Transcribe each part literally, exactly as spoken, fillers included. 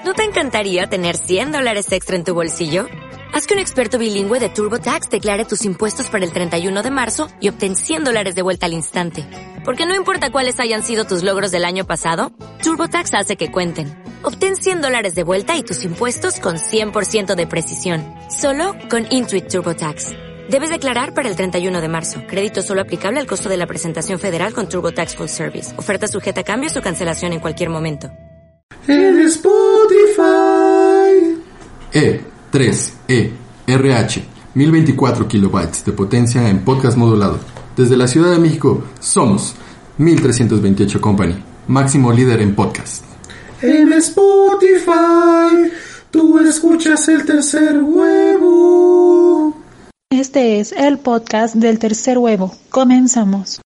¿No te encantaría tener cien dólares extra en tu bolsillo? Haz que un experto bilingüe de TurboTax declare tus impuestos para el treinta y uno de marzo y obtén cien dólares de vuelta al instante. Porque no importa cuáles hayan sido tus logros del año pasado, TurboTax hace que cuenten. Obtén cien dólares de vuelta y tus impuestos con cien por ciento de precisión. Solo con Intuit TurboTax. Debes declarar para el treinta y uno de marzo. Crédito solo aplicable al costo de la presentación federal con TurboTax Full Service. Oferta sujeta a cambios o cancelación en cualquier momento. En Spotify. E tres E R H mil veinticuatro kilobytes de potencia en podcast modulado. Desde la Ciudad de México somos mil trescientos veintiocho Company, máximo líder en podcast. En Spotify tú escuchas El Tercer Huevo. Este es el podcast del Tercer Huevo. Comenzamos.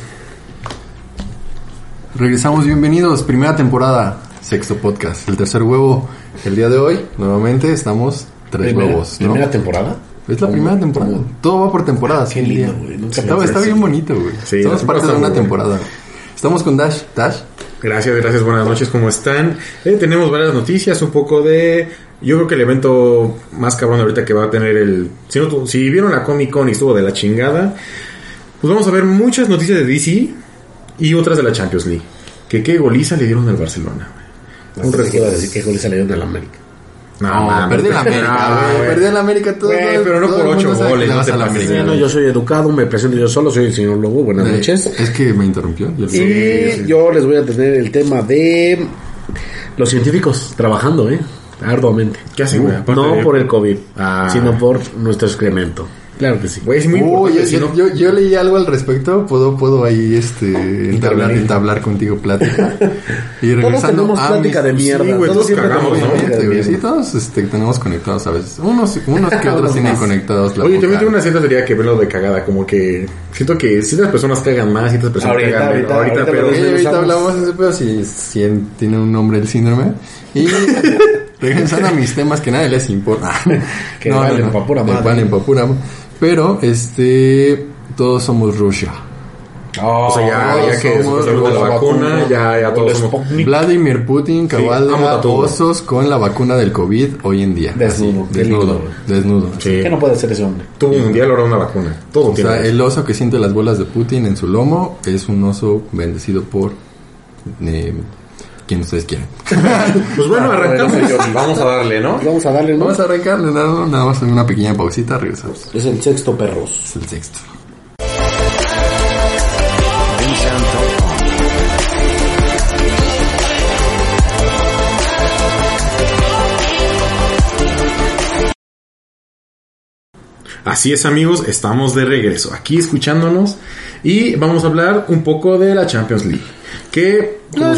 Regresamos, bienvenidos, primera temporada, sexto podcast, El Tercer Huevo. El día de hoy, nuevamente, estamos tres ¿Primera, huevos, ¿no? ¿Primera temporada? Es la primera temporada. ¿Cómo? Todo va por temporada. Qué lindo, güey. Nunca Está, pensé está así. bien bonito, güey. Sí, Estamos la parte de temporada una está muy temporada. Estamos con Dash. Dash. Gracias, gracias, buenas noches, ¿cómo están? Eh, tenemos varias noticias, un poco de... Yo creo que el evento más cabrón ahorita que va a tener el... Si, no, si vieron la Comic Con y estuvo de la chingada, pues vamos a ver muchas noticias de D C y otras de la Champions League. Que qué goliza le dieron al Barcelona. Un recuerdo decir que goles salieron del América. No, mames, perdí la América, no, güey. güey. Perdí la América todo. Güey, pero no todo por el mundo ocho sabe que goles, le no vas te a la pases. América. Bueno, yo soy educado, me presento yo solo, soy el señor Lobo. Buenas Eh, noches. Es que me interrumpió. Yo Y le- sí. yo les voy a tener el tema de los científicos trabajando, ¿eh? Arduamente. ¿Qué hacen, güey? Aparte No de- por el COVID, Ah. sino por nuestro excremento. Claro que sí. Güey, es muy Uy, importante, yo, si no- yo, yo leí algo al respecto. Puedo, puedo ahí este entablar, Intervenir. entablar contigo plática. Y Todos regresando tenemos a plática mis- de mierda. Sí, güey, todos siempre cagamos, tenemos ¿no? plática de Obviamente, güey, mierda. sí, todos este, tenemos conectados a veces. Unos, unos que otros Unos tienen más. conectados la Oye, boca. también tengo una cierta teoría que verlo de cagada, como que siento que ciertas personas cagan más, ciertas personas Ahorita, cagan menos. ahorita, ahorita pero Oye, ahorita usamos. hablamos de ese pedo, si, si en- tiene un nombre el síndrome. Y regresando a mis temas que nadie les importa. Que valen pa' pura Que madre. valen pa' pura madre. Pero, este, todos somos Rusia. Oh, O sea, ya, ya que somos después de la los vacuna, vacunos, ya, ya todos los somos... Sputnik. Vladimir Putin amo cabalga tatuado. osos con la vacuna del COVID hoy en día. Desnudo, Así, qué desnudo, lindo. desnudo. Sí. ¿Qué no puede hacer ese hombre? Tuvo un mundial, ahora una vacuna. Todo O tiene. sea, el oso que siente las bolas de Putin en su lomo es un oso bendecido por eh, quien ustedes quieran. Pues bueno, Ah, arrancamos. bueno, señor. Vamos a darle, ¿no? Vamos a darle, ¿no? Vamos a arrancarle, nada, nada más en una pequeña pausita, regresamos. Es el sexto perros. Es el sexto. Así es, amigos, estamos de regreso aquí escuchándonos y vamos a hablar un poco de la Champions League. Que, como si-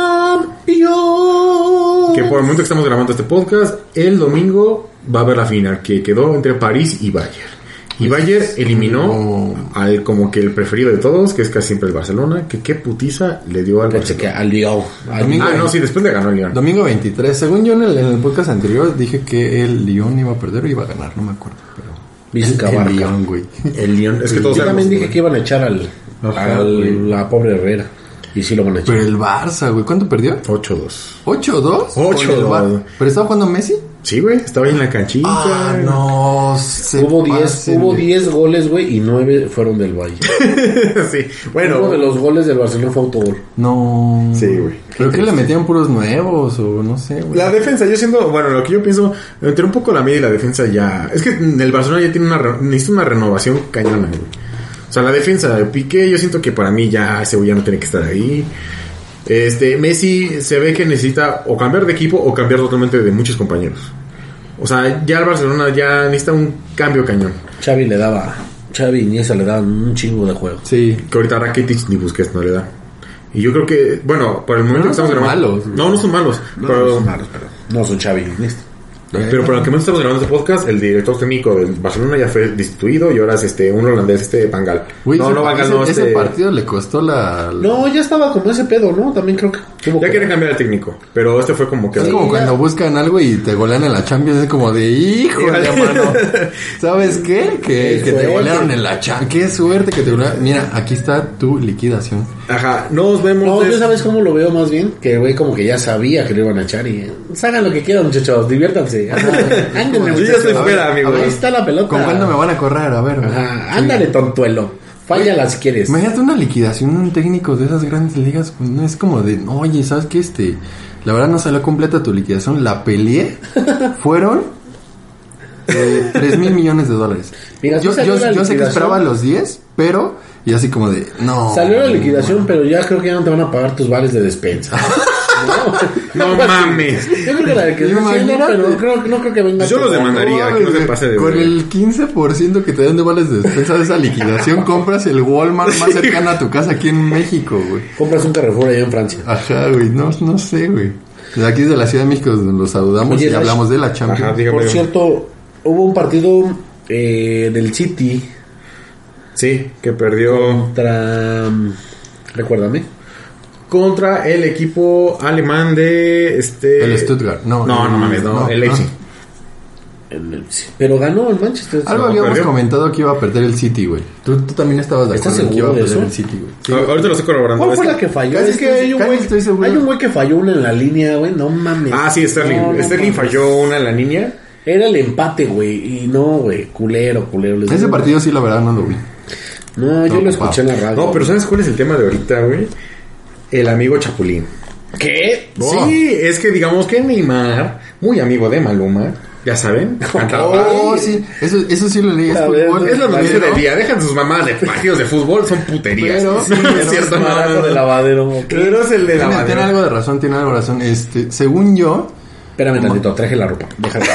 que por el momento que estamos grabando este podcast, el domingo va a haber la final que quedó entre París y Bayern. Y Bayern eliminó al como que el preferido de todos, que es casi siempre el Barcelona, que qué putiza le dio al Pensé que Barcelona. al Lyon. Al Domingo. Ah, no, sí, después le ganó el Lyon. Domingo veintitrés. Según yo en el, en el podcast anterior dije que el Lyon iba a perder o iba a ganar, no me acuerdo. Pero Vizca el Barca. Lyon, güey. El Lyon, es que todos Yo también sabemos, dije que iban a echar al, Ajá, al güey. la pobre Herrera. Y sí lo van a echar. Pero el Barça, güey, ¿cuánto perdió? ocho dos. ¿ocho dos? ocho Con el dos. Bar- ¿Pero estaba jugando Messi? Sí, güey, estaba ahí en la canchita. Ah, no. Se Hubo diez, pasen hubo de- diez goles, güey, y nueve fueron del Valle. Sí, bueno. Uno de los goles del Barcelona fue autogol. No. Sí, güey. ¿Pero qué le metían puros nuevos o no sé, güey? La defensa, yo siendo, bueno, lo que yo pienso, entre un poco la media y la defensa ya, es que el Barcelona ya tiene una, re- necesita una renovación cañona, güey. O sea, la defensa de Piqué, yo siento que para mí ya ese güey ya no tiene que estar ahí. Este, Messi se ve que necesita o cambiar de equipo o cambiar totalmente de muchos compañeros. O sea, ya el Barcelona ya necesita un cambio cañón. Xavi le daba, Xavi y Iniesta le daban un chingo de juego. Sí. Que ahorita Rakitic ni Busquets no le da. Y yo creo que, bueno, por el momento Pero que no estamos son grabando. malos. No, no son malos. No, pero, no son malos, pero no son Xavi y Iniesta. pero por el que momento estamos grabando este podcast, el director técnico del Barcelona ya fue destituido y ahora es este un holandés, este Van Gaal. Güey, no, ese, no Van Gaal, ese- no, ese este. partido le costó la... la- No, ya estaba como ese pedo, ¿no? También creo que tuvo Ya que- quiere cambiar el técnico, pero este fue como que. Es como ya. cuando buscan algo y te golean en la Champions, es como de hijo de Híjole. mano. ¿Sabes qué? Que, Qué que te suerte. golearon en la Champions. Qué suerte que te golearon. Mira, aquí está tu liquidación. Ajá, nos vemos. No, des- ¿tú sabes cómo lo veo más bien? Que el güey como que ya sabía que lo iban a echar y... Pues hagan lo que quieran, muchachos, diviértanse. Ajá, ándale, Yo ya muchachos. estoy fuera, A ver, amigo. Ahí está la pelota. ¿Con cuándo me van a correr? A ver. Ajá, ándale, tontuelo. Fállala si quieres. Imagínate una liquidación de un técnico de esas grandes ligas, pues no es como de, oye, ¿sabes qué? Este, la verdad no salió completa tu liquidación, la peleé, fueron eh, tres mil millones de dólares. Mira, sí yo salió yo, la yo sé que liquidación. esperaba los diez, pero, y así como de, no. Salió la liquidación, pero ya creo que ya no te van a pagar tus vales de despensa. No mames. Yo creo que la liquidación sí, no, Imagínate. pero creo, no creo que venga. Yo los demandaría, que no se pase de Con verga. el quince por ciento que te dan de vales de despensa de esa liquidación, compras el Walmart más cercano a tu casa aquí en México, güey. Compras un Carrefour allá en Francia. Ajá, güey, no, no sé, güey. De aquí de la Ciudad de México donde los saludamos Oye, y Nash. hablamos de la Champions. Ajá, dígame. Por cierto, hubo un partido eh, del City Sí, que perdió contra... Recuérdame. contra el equipo alemán de este... El Stuttgart, no. No, no el- mames, no, no, el Leipzig. El Leipzig. Pero ganó el Manchester. Algo No, habíamos perdió. comentado que iba a perder el City, güey. Tú, tú también estabas de ¿Estás acuerdo en que iba a seguro de perder eso? el City, güey. A- Ahorita lo estoy corroborando. ¿Cuál fue Es la que falló? casi Es que estoy- hay un casi güey, estoy seguro. hay un güey que falló una en la línea, güey. No mames. Ah, sí, Sterling. No, no Sterling mames. falló una en la línea. Era el empate, güey. Y no, güey. Culero, culero. Les Ese digo. partido sí, la verdad, no lo vi. No, yo No, lo escuché en la radio. No, pero ¿sabes cuál es el tema de ahorita, güey? El amigo Chapulín. ¿Qué? Sí, es que digamos que Neymar, muy amigo de Maluma, ya saben, cantaba. Oh, sí. Eso, eso sí lo leí. Es A ver, fútbol. Es la noticia pero- del día. Dejan sus mamás de partidos de fútbol, son puterías. Pero- sí, pero es cierto, no, Barato no, no. de lavadero. ok. Pero es el de la Tiene, tiene algo de razón, tiene algo de razón. Este, según yo, Espérame tantito, traje la ropa. Déjame.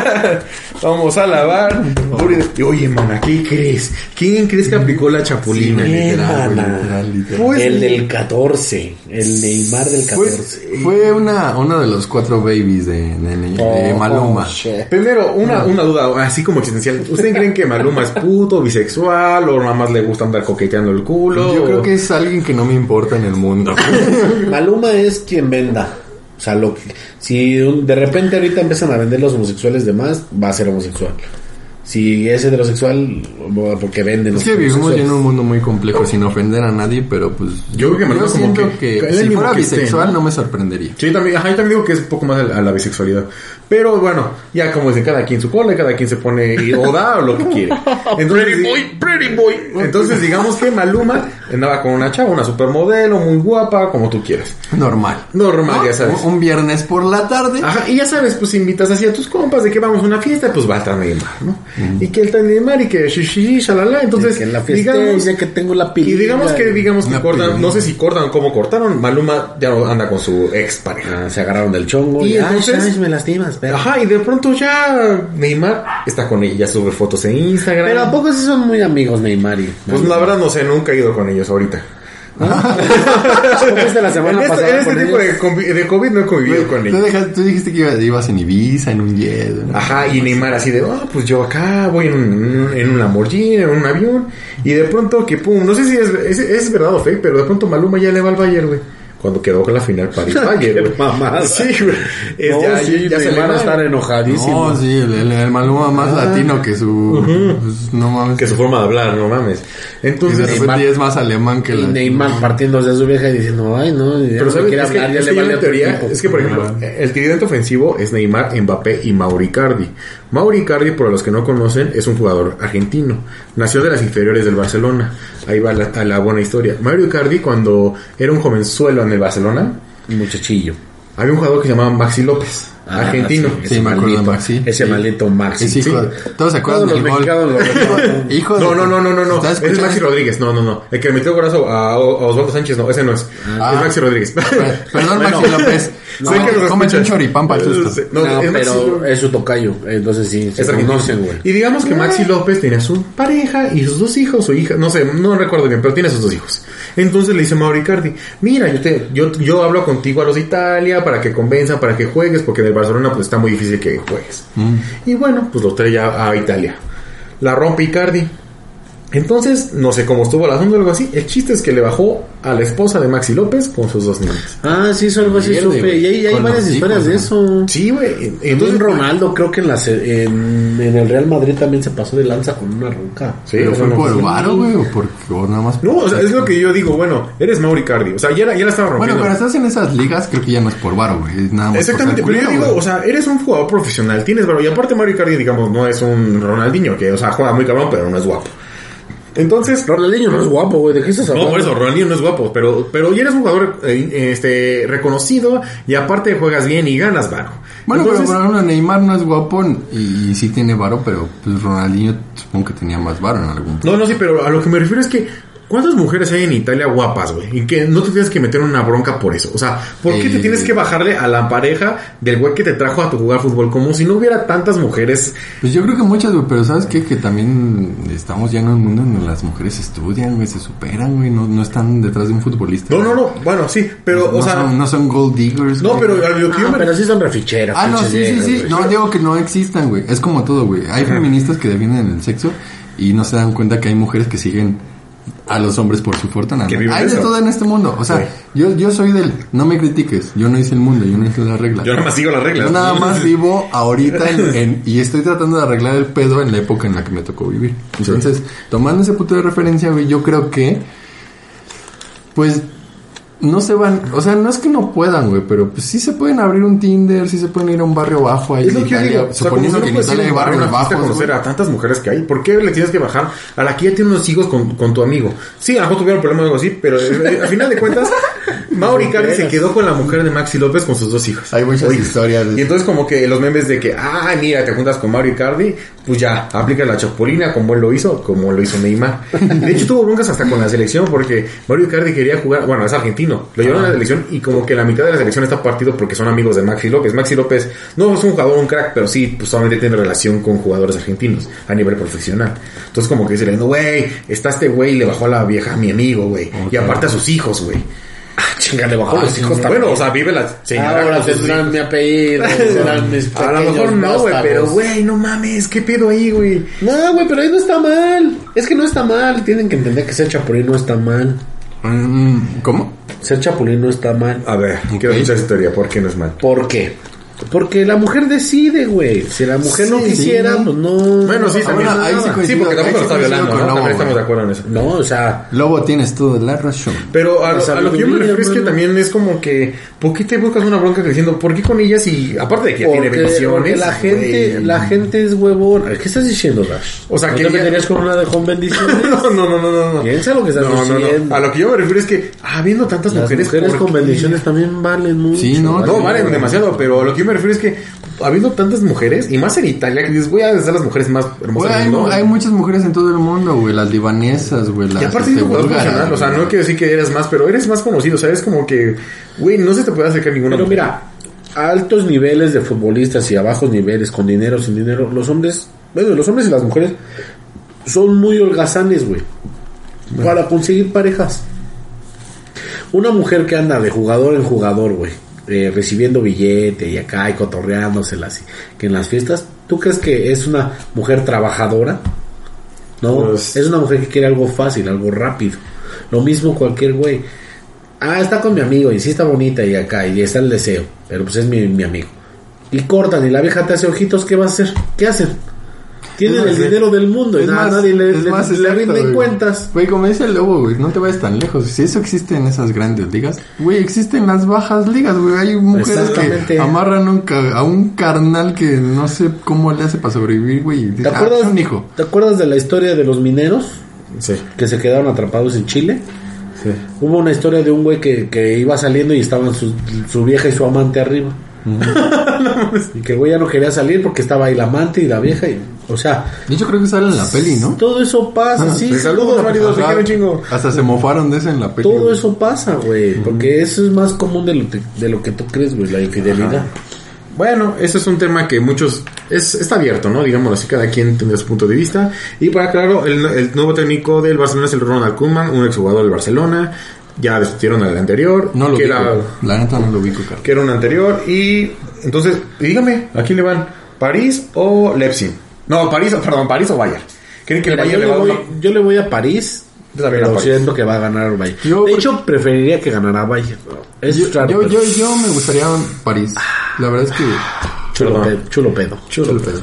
Vamos a lavar. Y, Oye, mana, ¿qué crees? ¿Quién crees que aplicó la chapulina? Sí, literal, güey? mana. literal, literal. Pues, el del catorce. El Neymar del Fue, catorce. fue una, uno de los cuatro babies de, de, de Oh, Maluma. oh, shit. Primero, una, una duda así como existencial. ¿Ustedes creen que Maluma es puto, bisexual o nada más le gusta andar coqueteando el culo? Yo creo que es alguien que no me importa en el mundo. Maluma es quien venda. O sea, lo que, si un- de repente ahorita empiezan a vender los homosexuales de más, va a ser homosexual. Si es heterosexual, bueno, porque venden los Es que vivimos ya homosexuales. en un mundo muy complejo sin ofender a nadie, pero pues Yo creo que Maluma como siento que- que, es el si mismo fuera que usted, bisexual ¿no? no me sorprendería. Sí, también, ajá, yo también digo que es un poco más a la, a la bisexualidad. Pero bueno, ya como dice, cada quien su cola, cada quien se pone y- o da o lo que quiere. Entonces, pretty boy, pretty boy. Entonces digamos que Maluma andaba con una chava, una supermodelo, muy guapa, como tú quieras. Normal. Normal, ¿No? ya sabes. Un, un viernes por la tarde. Ajá, y ya sabes, pues invitas así a tus compas de que vamos a una fiesta, pues va a estar Neymar, ¿no? Y que él está Neymar y que shishi, shalala. Entonces, Que en la fiesta digamos, ya que tengo la y pililla. digamos que, digamos que Una cortan, pililla. no sé si cortan o cómo cortaron, Maluma ya no anda con su ex pareja. Ah, se agarraron del chongo. Y Y, entonces- entonces, me lastimas, pero. Ajá, y de pronto ya Neymar está con ella, ya sube fotos en Instagram. Pero a poco sí son muy amigos Neymar y. Pues la verdad no sé, nunca he ido con ellos ahorita. ¿Cómo fuiste la semana en este, pasada en este con tipo ellos? de, convi- de COVID no he convivido con Tú, ellos. dejas- tú dijiste que iba- ibas en Ibiza, en un jet. ¿no? Ajá, y Neymar así de, oh, pues yo acá voy en un, en un Lamborghini, en un avión, y de pronto que pum, no sé si es, es, es verdad o fake, pero de pronto Maluma ya le va al Bayern, güey. Cuando quedó con la final París-Bayern, güey. mamada. Sí, güey. Es No, ya, sí, ya se le van va a estar enojadísimos. No, sí, el, el, el Maluma más latino que su... pues, no mames. que su forma de hablar, no mames. Y de Entonces, repente Neymar- es más alemán que Y la... Neymar partiéndose de su vieja y diciendo, ay, no, ya pero no sabes, quiere es que, hablar, ya es le que yo vale en otro teoría, equipo. es que por ejemplo, el tridente ofensivo es Neymar, Mbappé y Mauro Icardi. Mauro Icardi, por los que no conocen, es un jugador argentino. Nació de las inferiores del Barcelona. Ahí va la, a la buena historia. Mauro Icardi, cuando era un jovenzuelo en el Barcelona, Un muchachillo. había un jugador que se llamaba Maxi López, Ah, argentino. sí, Sí, ese me acuerdo de maldito, Maxi. Ese Sí. maldito Maxi. Es hijo Sí. de- ¿Todos se acuerdan Todos los del gol? mexicanos lo recuerdan. Hijo de... No, no, no, no, no, no. ¿Estás Ese es escuchando? Maxi Rodríguez. No, no, no. El que le metió golazo a, a Osvaldo Sánchez, no, ese no es. Ah. Es Maxi Rodríguez. Per- Perdón, Bueno, Maxi López. Sé que nos Cómete un escuchan. choripán para el susto. Sí, No, No, es Maxi pero Rodríguez. es su tocayo. Entonces sí, se Es argentino. conocen, güey. Y digamos que Maxi López tenía su pareja y sus dos hijos o hija, no sé, no recuerdo bien, pero tiene sus dos hijos. Entonces le dice Mauro Icardi, mira, yo te, yo, yo hablo contigo a los de Italia para que convenzan, para que juegues, porque en el Barcelona pues está muy difícil que juegues. Mm. Y bueno, pues los trae ya a Italia. La rompe Icardi. Entonces, no sé cómo estuvo el asunto o algo así. El chiste es que le bajó a la esposa de Maxi López con sus dos niños. Ah, sí, eso algo así Pierde, supe. Y hay, hay con varias los historias hijos, de ¿no? eso. Sí, güey. Entonces Entonces, Ronaldo creo que en, la, se- en, en el Real Madrid también se pasó de lanza con una ronca. Sí, ¿Pero o sea, fue no, por sí. varo, güey? ¿O por o nada más? No, o sea, es lo que yo digo. Bueno, eres Mauri Cardi. O sea, ya la, ya la estaba Bueno, rompiendo. pero estás en esas ligas, creo que ya no es por varo, güey. Es nada más Exactamente, por pero ser yo culero, digo, güey. o sea, eres un jugador profesional, tienes valor. Y aparte Mauri Cardi, digamos, no es un Ronaldinho, que, o sea, juega muy cabrón, pero no es guapo. Entonces, Ronaldinho no es guapo, güey. ¿De qué estás hablando? no, por eso, Ronaldinho no es guapo, pero, pero ya eres un jugador eh, este, reconocido y aparte juegas bien y ganas varo. Bueno, Entonces, pero por ejemplo, Neymar no es guapo y, y sí tiene varo, pero pues Ronaldinho supongo que tenía más varo en algún punto. no, no, sí, pero a lo que me refiero es que ¿cuántas mujeres hay en Italia guapas, güey? Y que no te tienes que meter en una bronca por eso. O sea, ¿por qué te Eh. tienes que bajarle a la pareja del güey que te trajo a tu jugar fútbol? Como si no hubiera tantas mujeres. Pues yo creo que muchas, güey, pero ¿sabes qué? Que también estamos ya en un mundo en el que las mujeres estudian, güey, se superan, güey, no, no están detrás de un futbolista. No, no, no. Bueno, sí, pero, no, o sea... son, no son gold diggers. No, güey. pero a lo que yo Ah, me... pero sí son reficheras. Ah, no, pinches sí, sí, viejas, sí. güey. No, digo que no existan, güey. Es como todo, güey. Hay feministas que defienden el sexo y no se dan cuenta que hay mujeres que siguen a los hombres por su fortuna. Que ¿no? viven Hay de eso. todo en este mundo. O sea, Sí. yo, yo soy del no me critiques. Yo no hice el mundo, yo no hice las reglas. Yo nada más sigo las reglas. Yo nada más vivo ahorita en, en- y estoy tratando de arreglar el pedo en la época en la que me tocó vivir. Entonces, tomando ese punto de referencia, güey, yo creo que pues no se van, o sea, no es que no puedan, güey, pero pues sí se pueden abrir un Tinder, sí se pueden ir a un barrio bajo ahí Es lo en que yo Italia, digo. O sea, como suponiendo si no que en puedes ir Italia a hay un bar, a barrios una fiesta a bajos, conocer güey. a tantas mujeres que hay. ¿Por qué le tienes que bajar a la que ya tiene unos hijos con, con tu amigo? Sí, a lo mejor tuvieron problemas o algo así, pero eh, al final de cuentas, Mauri Cardi se quedó con la mujer de Maxi López con sus dos hijos. Hay muchas Oye, historias de Y entonces como que los memes de que, ah, mira, te juntas con Mauri Cardi, pues ya, aplica la chapulina como él lo hizo, como lo hizo Neymar. De hecho tuvo broncas hasta con la selección porque Mauri Cardi quería jugar, bueno, es argentino, lo llevaron a la selección y como que la mitad de la selección está partido porque son amigos de Maxi López. Maxi López no es un jugador, un crack, pero sí, pues solamente tiene relación con jugadores argentinos a nivel profesional. Entonces como que dice, no, güey, está este güey y le bajó a la vieja a mi amigo, güey. Y aparte a sus hijos, güey. Ah, chinga, le bajó Ah, los sí, hijos sí. también. Bueno, o sea, vive la señora Ahora con sus tendrán hijos. mi apellido, serán mis A lo mejor pequeños no, güey, vástagos. pero güey, no mames, ¿qué pedo ahí, güey? No, güey, pero ahí no está mal. Es que no está mal. Tienen que entender que ser chapulín no está mal. Mm, ¿Cómo? Ser chapulín no está mal. A ver, quiero escuchar esa historia, ¿por qué no es mal? ¿Por qué? Porque la mujer decide, güey. Si la mujer no Sí, quisiera, sí. pues no. Bueno, sí, no también. pasa ahí sí nada. coincido. Sí, porque tampoco lo está Ahí sí violando, coincido ¿no? con También Lobo, estamos güey. de acuerdo en eso. No, o sea, Lobo, tienes toda la razón. Pero a, Esa a lo que yo me sabiduría, refiero es que mano. también es como que, ¿por qué te buscas una bronca creciendo? ¿Por qué con ellas y aparte de que tiene porque, bendiciones? porque la gente, güey? la gente es huevón. ¿Qué estás diciendo, Dash? O sea, ¿No que te ella- meterías con una de con bendiciones? No, no, no, no, no, no. Piensa lo que estás No, no, diciendo. no. A lo que yo me refiero es que, ah, viendo tantas Las mujeres, mujeres ¿por con qué? bendiciones también valen mucho. Sí, no, No, valen demasiado, pero a lo que yo me refiero es que habiendo tantas mujeres, y más en Italia, que dices, voy a besar las mujeres más hermosas Güey, hay, del mundo. hay muchas mujeres en todo el mundo, güey. Las libanesas, güey. Las Y aparte este, es un jugador búlgaras, profesional, o sea, güey. no quiero decir que eres más, pero eres más conocido, o sea, es como que, güey, no se te puede acercar ninguna Pero mujer. mira, a altos niveles de futbolistas y a bajos niveles, con dinero, sin dinero, los hombres, bueno, los hombres y las mujeres son muy holgazanes, güey, para conseguir parejas. Una mujer que anda de jugador en jugador, güey, eh, recibiendo billete y acá y cotorreándoselas, que en las fiestas, ¿tú crees que es una mujer trabajadora? No, Pues- es una mujer que quiere algo fácil, algo rápido. Lo mismo cualquier güey. Ah, está con mi amigo y sí está bonita y acá y está el deseo, pero pues es mi, mi amigo. Y cortan y la vieja te hace ojitos, ¿qué va a hacer? ¿Qué hacen? Tienen Es el más, dinero del mundo y Es nada, más- nadie le, es le- más le exacto, rinden güey. cuentas. Güey, como dice el Lobo, güey, no te vayas tan lejos. Si eso existe en esas grandes ligas, güey, existen las bajas ligas, güey. Hay mujeres Exactamente. que amarran un ca- a un carnal que no sé cómo le hace para sobrevivir, güey. y dice, ¿Te "Ah, acuerdas, es un hijo. ¿Te acuerdas de la historia de los mineros Sí, que se quedaron atrapados en Chile? sí. Hubo una historia de un güey que, que iba saliendo y estaban su, su vieja y su amante arriba. Y que el güey ya no quería salir porque estaba ahí la amante y la vieja. Y, o sea, De hecho, creo que sale en la peli, ¿no? todo eso pasa, sí. Sí, sí, saludos, todo- marido, se Ajá. quiere un chingo. Hasta se mofaron de eso en la peli. Todo güey. eso pasa, güey. Porque eso es más común de lo, que- de lo que tú crees, güey, la infidelidad. Ajá. Bueno, ese es un tema que muchos... Es, está abierto, ¿no? Digámoslo así, cada quien tendrá su punto de vista. Y para claro, el, el nuevo técnico del Barcelona es el Ronald Koeman, un exjugador del Barcelona. Ya destituyeron al anterior. No lo que ubico. era, La neta no lo ubico, cara. que era un anterior. Y entonces, dígame, ¿a quién le van? ¿París o Leipzig? No, París, perdón, París o Bayern. ¿Creen que el Mira, Bayern yo, le le va a voy, dar una- yo le voy a París, Yo también a pero París. siento que va a ganar el Bayern. Yo- de hecho, preferiría que ganara Bayern. Es Yo, raro, yo, pero yo, yo me gustaría París. La verdad es que... chulo, Perdón. pedo, chulo pedo. Chulo pedo.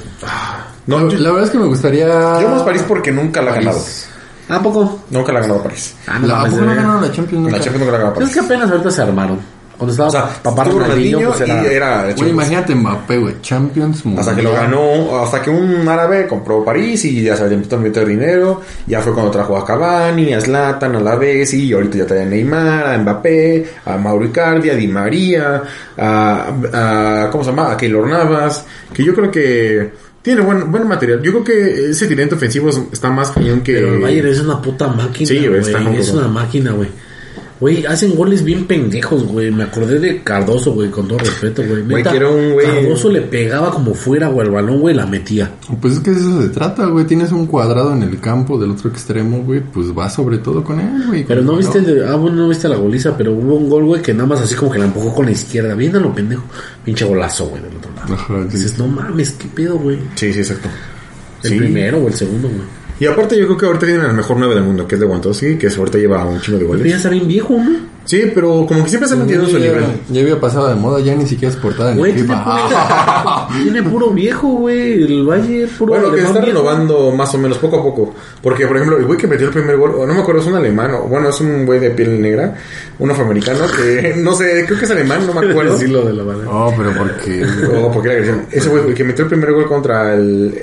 No, La, yo, la verdad es que me gustaría... yo más París porque nunca la ha ganado. París. ¿A poco? Nunca la ha ganado París. Ah, no La, ¿A mames, poco no eh. ganaron la Champions nunca? La Champions nunca la ha ganado Es París. que apenas ahorita se armaron. Cuando estaba O sea, papá estuvo Ronaldinho, Ronaldinho pues era... y era Güey, Champions. imagínate Mbappé, güey. Champions Mundial. Hasta que lo ganó, hasta que un árabe compró París y ya se le empezó a meter dinero. Ya fue cuando trajo a Cavani, a Zlatan, a la vez y ahorita ya trae a Neymar, a Mbappé, a Mauro Icardi, a Di María, a, a ¿cómo se llama? A Keylor Navas, que yo creo que tiene buen, buen material. Yo creo que ese tridente ofensivo es- está más cañón que... Pero el Bayern es una puta máquina, Sí, güey, güey. está Es junto. una máquina, güey. Güey, hacen goles bien pendejos, güey. Me acordé de Cardoso, güey, con todo respeto, güey. Güey, Neta, quiero un güey- Cardoso le pegaba como fuera, güey, el balón, güey, la metía. Pues es que de eso se trata, güey. Tienes un cuadrado en el campo del otro extremo, güey. Pues va sobre todo con él, güey. Pero no viste el de... Ah, bueno, no viste la goliza, pero hubo un gol, güey, que nada más así como que la empujó con la izquierda. Bien a lo pendejo. Pinche golazo, güey, del otro lado. Ajá, sí. Dices, no mames, qué pedo, güey. Sí, sí, exacto. El Sí. primero o el segundo, güey. Y aparte yo creo que ahorita tienen el mejor nueve del mundo, que es de Lewandowski, que ahorita lleva un chingo de Pero ya goles. está bien viejo, ¿no? Sí, pero como que siempre se ha mantenido su ya, nivel. ya había pasado de moda, ya ni siquiera es portada en Güey, el tiene FIFA. puro, tiene puro viejo, güey. El Bayern, puro Bueno, que se alemán está viejo. renovando más o menos poco a poco. Porque, por ejemplo, el güey que metió el primer gol, o no me acuerdo, es un alemán, o bueno, es un güey de piel negra, un afroamericano que, no sé, creo que es alemán, no me acuerdo. Decirlo de la manera. Oh, pero porque... O porque era agresión. Ese güey el que metió el primer gol contra el,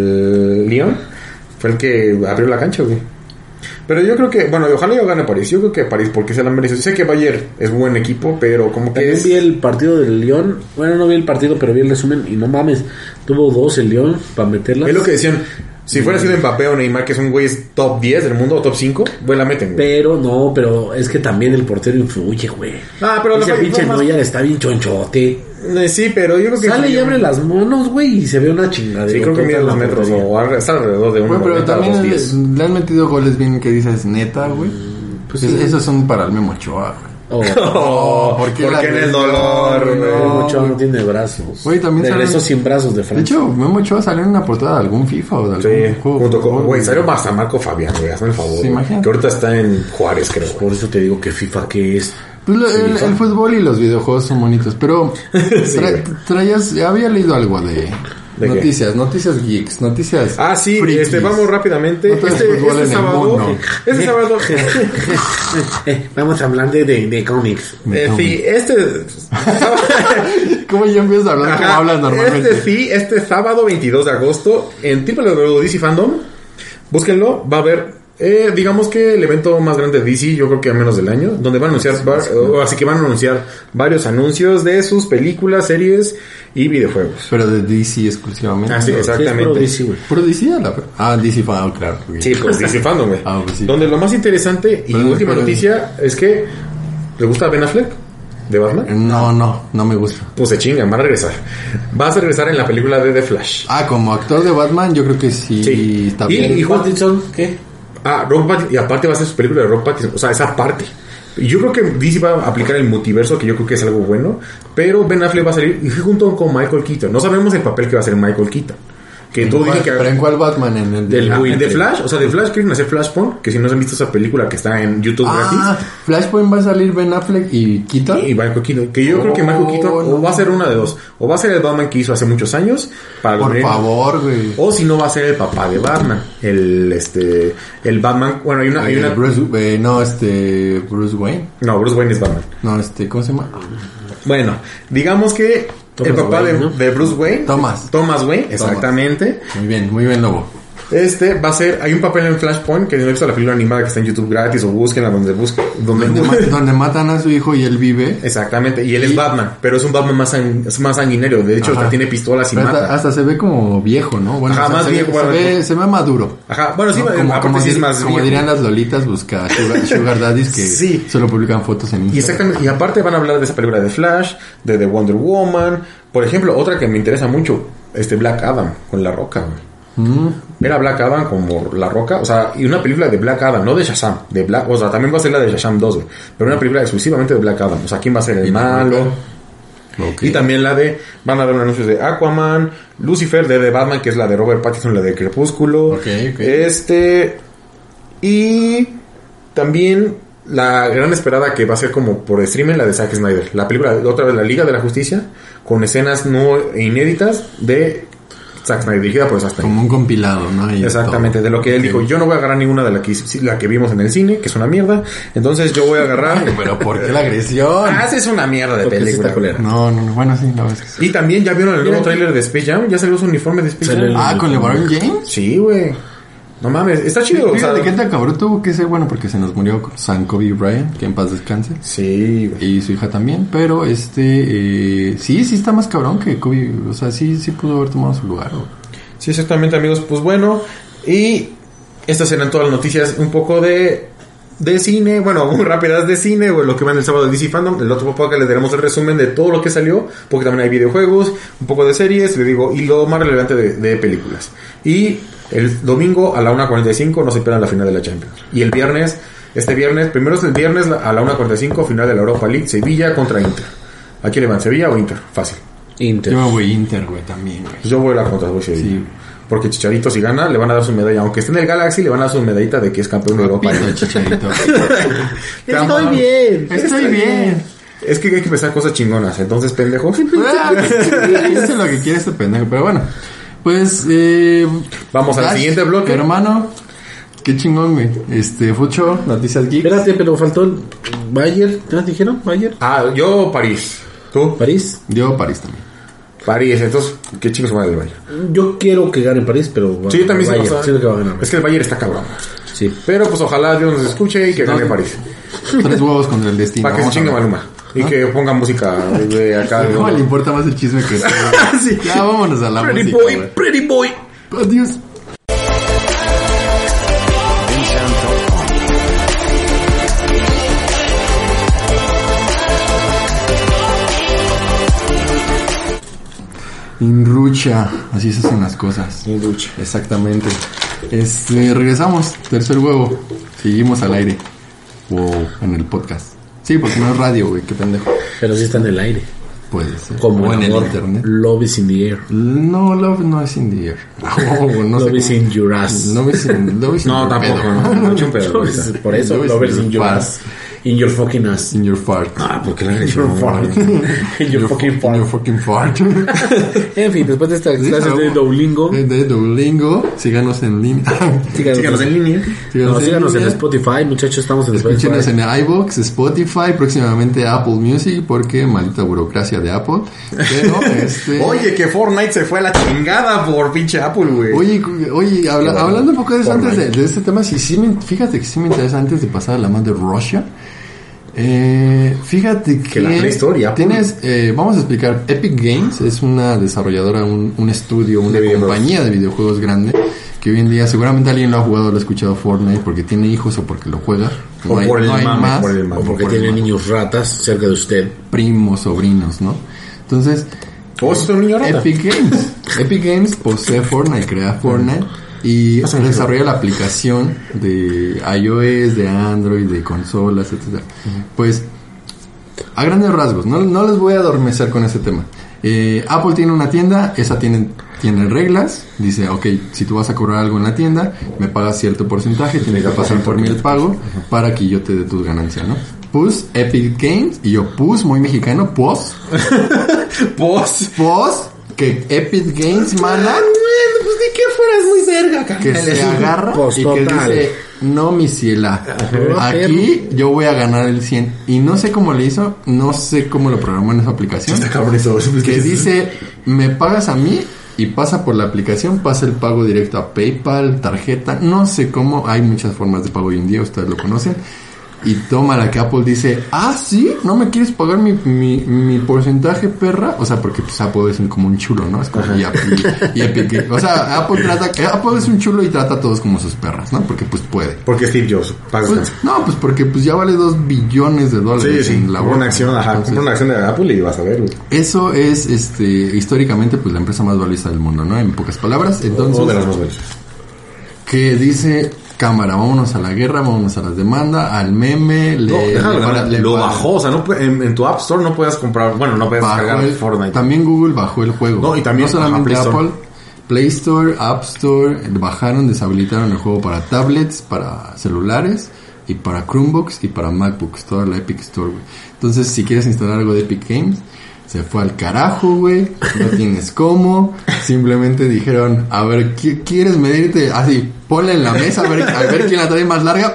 el Lyon fue el que abrió la cancha, güey. Pero yo creo que, bueno, ojalá yo gane París. Yo creo que París, porque se la merece. Sé que Bayern es buen equipo, pero como que También es... vi el partido del Lyon. Bueno, no vi el partido, pero vi el resumen. Y no mames, tuvo dos el Lyon para meterlas. Es lo que decían. Si fuera sido Mbappé o Neymar, que son güeyes top diez del mundo o top cinco, güey, la meten, güey. Pero no, pero es que también el portero influye, güey. Ah, pero Ese la pinche más- Neuer está bien chonchote. Eh, Sí, pero yo creo que... Sale y abre las monos, güey, y se ve una chingadera. Sí, creo que mide Toda los la metros, portería. o ar- está alrededor de uno Güey, pero noventa a también dos le, diez. le han metido goles bien que dices neta, güey. Pues Es- sí. Esos son para el Memo Ochoa, güey. Oh, Oh, ¿por ¿por qué qué, la en el arriesgas? dolor, No, güey? Memo Ochoa no tiene brazos. Güey, también Regresó salen- sin brazos de De Francia. hecho, Memo Ochoa salió en una portada de algún FIFA o de algún Sí, juego. junto con... Güey, Güey, salió hasta Marco Fabián, güey, hazme el favor. Sí, güey, imagínate. que ahorita está en Juárez, creo. güey. Por eso te digo que FIFA, ¿qué es? Pues lo- el, FIFA. el fútbol y los videojuegos son bonitos, pero Sí, tra- güey. traías, había leído algo de, ¿De qué? noticias, noticias geeks, noticias. Ah, sí, frikis. este, vamos rápidamente. No todo es Este, fútbol este en el sábado... mundo. Este sábado... Eh, vamos a hablar de, de, de cómics. eh, sí, este... ¿Cómo ya empiezas a hablar como Ajá, hablas normalmente? Este sí, este sábado veintidós de agosto en w w w punto d c fandom, búsquenlo, va a haber, eh, digamos que el evento más grande de D C, yo creo que a menos del año, donde van a anunciar, var- o así que van a anunciar varios anuncios de sus películas, series y videojuegos. Pero de D C exclusivamente. Ah, sí, ¿no? exactamente. Sí, es puro D C, güey. ¿Puro D C? a la- Ah, D C fan, claro. güey. Sí, pues D C Fandom, güey. Ah, pues sí. Donde lo más interesante y Pero- última pero- noticia es que, ¿les gusta Ben Affleck? ¿De Batman? No, no, no me gusta. Pues se chingan, van a regresar. Vas a regresar en la película de The Flash. Ah, como actor de Batman, yo creo que sí, Sí. está Y- bien. y- Pattinson, ¿qué? Ah, Robert Pattinson, y aparte va a ser su película de Robert Pattinson, o sea, esa parte. Y yo creo que D C va a aplicar el multiverso, que yo creo que es algo bueno, pero Ben Affleck va a salir y junto con Michael Keaton. No sabemos el papel que va a hacer Michael Keaton. Que ¿En tú cuál- dicen que... ¿Pero en cuál Batman? En el Del ah, Ah, Wii. en The Flash, o sea, The Flash quieren hacer Flashpoint, que si no se han visto esa película que está en YouTube Ah, gratis. Flashpoint va a salir Ben Affleck y Keaton. Y Michael Keaton, que yo creo que Michael Oh, Keaton o no. va a ser una de dos, o va a ser el Batman que hizo hace muchos años para los Por millennials, favor, güey. o si no va a ser el papá de Batman, el este el Batman, bueno, hay una hay Eh, una Bruce, eh, no, este, Bruce Wayne. no, Bruce Wayne es Batman. No, este, ¿cómo se llama? Bueno, digamos que Thomas el papá Wayne, de, ¿no? de Bruce Wayne, Thomas. Thomas Wayne, exactamente. Muy bien, muy bien, Lobo. Este va a ser, hay un papel en Flashpoint que no he visto la película animada que está en YouTube gratis o búsquenla donde busquen, donde, Donde, ma- donde matan a su hijo y él vive. exactamente, y él es Y- Batman, pero es un Batman más sang- es más sanguinario, de hecho Ajá. hasta tiene pistolas y Pero mata. hasta, hasta se ve como viejo, ¿no? Bueno, Ajá, o sea, más se, viejo, ve, bueno, se, ve, se ve maduro. Ajá, bueno, sí, ¿no? aparte Como, como, sí es dir- más como viejo. dirían las lolitas, busca sugar, sugar daddies que Sí. solo publican fotos en Y Instagram. exactamente, y aparte van a hablar de esa película de Flash, de The Wonder Woman, por ejemplo, otra que me interesa mucho, este Black Adam con La Roca, güey. Mm, Era Black Adam como La Roca, o sea, y una película de Black Adam, no de Shazam, de Black, o sea, también va a ser la de Shazam dos, güey, pero una película exclusivamente de Black Adam, o sea, ¿quién va a ser el malo? Okay. Y también la de, van a dar un anuncio de Aquaman, Lucifer, de The Batman, que es la de Robert Pattinson, la de Crepúsculo. Okay, okay. Este, y también la gran esperada que va a ser como por streaming, la de Zack Snyder. La película, otra vez, la Liga de la Justicia, con escenas no inéditas de Zack Snyder, dirigida por Zack Snyder. Como un compilado, ¿no? Y exactamente, todo. de lo que él Okay. dijo. Yo no voy a agarrar ninguna de la que, la que vimos en el cine, que es una mierda. Entonces yo voy a agarrar... Pero ¿por qué la agresión? Ah, esa es una mierda de Porque sí película. está culera. No, no, no, bueno, sí, la verdad es que sí. Y también ya vieron el nuevo tráiler de Space Jam. Ya salió su uniforme de Space Salió Jam. el- Ah, ¿con LeBron James? Sí, güey. No mames, está chido. O sea, Fíjate que tan cabrón tuvo que ser, bueno, porque se nos murió San Kobe Bryant, que en paz descanse. sí, güey. Y su hija también, pero este, eh, sí, sí está más cabrón que Kobe, o sea, sí, sí pudo haber tomado su lugar. ¿O? Sí, exactamente, amigos. Pues bueno, y estas eran todas las noticias un poco de de cine, bueno, muy rápidas de cine, o lo que va en el sábado de D C Fandom. El otro podcast les daremos el resumen de todo lo que salió, porque también hay videojuegos, un poco de series, le digo, y lo más relevante de, de películas. Y el domingo a la una cuarenta y cinco no se esperan la final de la Champions. Y el viernes, este viernes, primero es el viernes a la una cuarenta y cinco, final de la Europa League, Sevilla contra Inter. ¿A quién le van? ¿Sevilla o Inter? Fácil. Inter. Yo me voy Inter, güey, también, güey. Pues yo voy a la contra, voy a Sevilla. Sí. Porque Chicharito, si gana, le van a dar su medalla. Aunque esté en el Galaxy, le van a dar su medallita de que es campeón de Europa. Pito, Chicharito. Estoy bien. Estoy bien. Es que hay que pensar cosas chingonas. Entonces, pendejos. Ah, Eso es lo que quiere este pendejo, pero bueno. Pues, eh... Vamos al Dash, siguiente bloque. Hermano, qué chingón, güey. Este, Fucho, noticias geeks. Espérate, pero faltó el Bayern. ¿Qué nos dijeron? Bayern. Ah, yo París. ¿Tú? París. Yo París también. París. Entonces, ¿qué chingos va del Bayern? Yo quiero que gane París, pero... Sí, yo también sí, Bayern. o sea, Siento que va a ganar. Es que el Bayern está cabrón. Sí. Pero pues ojalá Dios nos escuche y que gane No. París. Tres huevos contra el destino. Para que se Vamos a chingue ver. Maluma. Y que ponga música de acá. de- No le importa más el chisme que Sí. Ya vámonos a la Pretty música, boy, güey. pretty boy. Adiós. Inrucha, así se hacen las cosas. Inrucha. Exactamente. Este, regresamos, tercer huevo. Seguimos al aire. Wow, en el podcast. Sí, porque no es radio, güey, qué pendejo. Pero sí está en el aire. Puede ser. Como O en el amor. internet. Love is in the air. No, love no es in the air. Oh, no sé Love is cómo- in your ass. Love is in, love is in No, your tampoco. pedo. No, no, mucho un pedo. ahorita. Por eso, Love is love in is in your your fart. ass. In your fucking ass. In your fart. Ah, porque la In agresión. your fart. In your fucking In fart. your fucking fart. En fin, después de estas Sí, clases de bravo. Duolingo, De, de Duolingo. Síganos en línea. síganos, Síganos en línea. No, síganos en línea. Spotify, muchachos, estamos en Escúchenos Spotify. en iVoox, Spotify, próximamente Apple Music, porque maldita burocracia de Apple. Pero, este... Oye, que Fortnite se fue a la chingada por pinche Apple, güey. Oye, oye, habla- Qué bueno. hablando un poco de eso Fortnite. antes de, de este tema, sí, sí me, fíjate que sí me interesa antes de pasar a la más de Russia. Eh, fíjate que, Que la Play Store y Apple. tienes, eh, vamos a explicar, Epic Games es una desarrolladora, un, un estudio, una De videojuegos. compañía de videojuegos grande, que hoy en día seguramente alguien lo ha jugado, lo ha escuchado Fortnite porque tiene hijos o porque lo juega. O por el mame, por el mame. O porque por el tiene mame. niños ratas cerca de usted. Primos, sobrinos, ¿no? Entonces, ¿O es un niño rata? Epic Games. Epic Games posee Fortnite, crea Fortnite y Pásame eso. desarrolla la aplicación de iOS, de Android, de consolas, etcétera. Pues, a grandes rasgos, no, no les voy a adormecer con ese tema. Eh, Apple tiene una tienda, esa tiene, tiene reglas, dice, ok, si tú vas a cobrar algo en la tienda, me pagas cierto porcentaje, tienes que pasar por mí el pago para que yo te dé tus ganancias, ¿no? Pus, Epic Games, y yo, Pus, muy mexicano, Pus, Vos. Pus, que Epic Games manda Pues de qué fueras muy verga, que carnal. se agarra Pues, y que total. dice, no mi ciela, aquí yo voy a ganar el cien. Y no sé cómo le hizo, no sé cómo lo programó en esa aplicación. Está cabrón eso. Que dice, me pagas a mí y pasa por la aplicación, pasa el pago directo a PayPal, tarjeta, no sé cómo, hay muchas formas de pago hoy en día, ustedes lo conocen. Y toma la que Apple dice, ah, sí, no me quieres pagar mi, mi, mi porcentaje, perra. O sea, porque pues Apple es un, como un chulo, ¿no? Es como, y, y, y Epic, o sea, Apple trata, Apple es un chulo y trata a todos como sus perras, ¿no? Porque pues puede. Porque Steve Jobs. Paz Pues, descanse. no, pues porque pues ya vale dos billones de dólares Sí, sí. en la Compra bolsa. una acción, ajá. Entonces, Compra una acción de Apple y vas a ver, güey. eso es, este, históricamente, pues la empresa más valiosa del mundo, ¿no? En pocas palabras. Entonces, O de las más valiosas. que dice cámara, vámonos a la guerra, vámonos a las demandas, al meme, le, No, déjalo, le para- le lo para- bajó, o sea, no, pu- en, en tu App Store no puedes comprar, bueno, no puedes bajó descargar el- Fortnite. También Google bajó el juego. No, y también, no solamente ajá, Play Apple, Store. Play Store, App Store, bajaron, deshabilitaron el juego para tablets, para celulares y para Chromebooks y para MacBooks, toda la Epic Store, güey. Entonces, si quieres instalar algo de Epic Games, se fue al carajo, güey. No tienes cómo. Simplemente dijeron, a ver, ¿qui- ¿quieres medirte? Así, ponla en la mesa, a ver, a ver quién la trae más larga.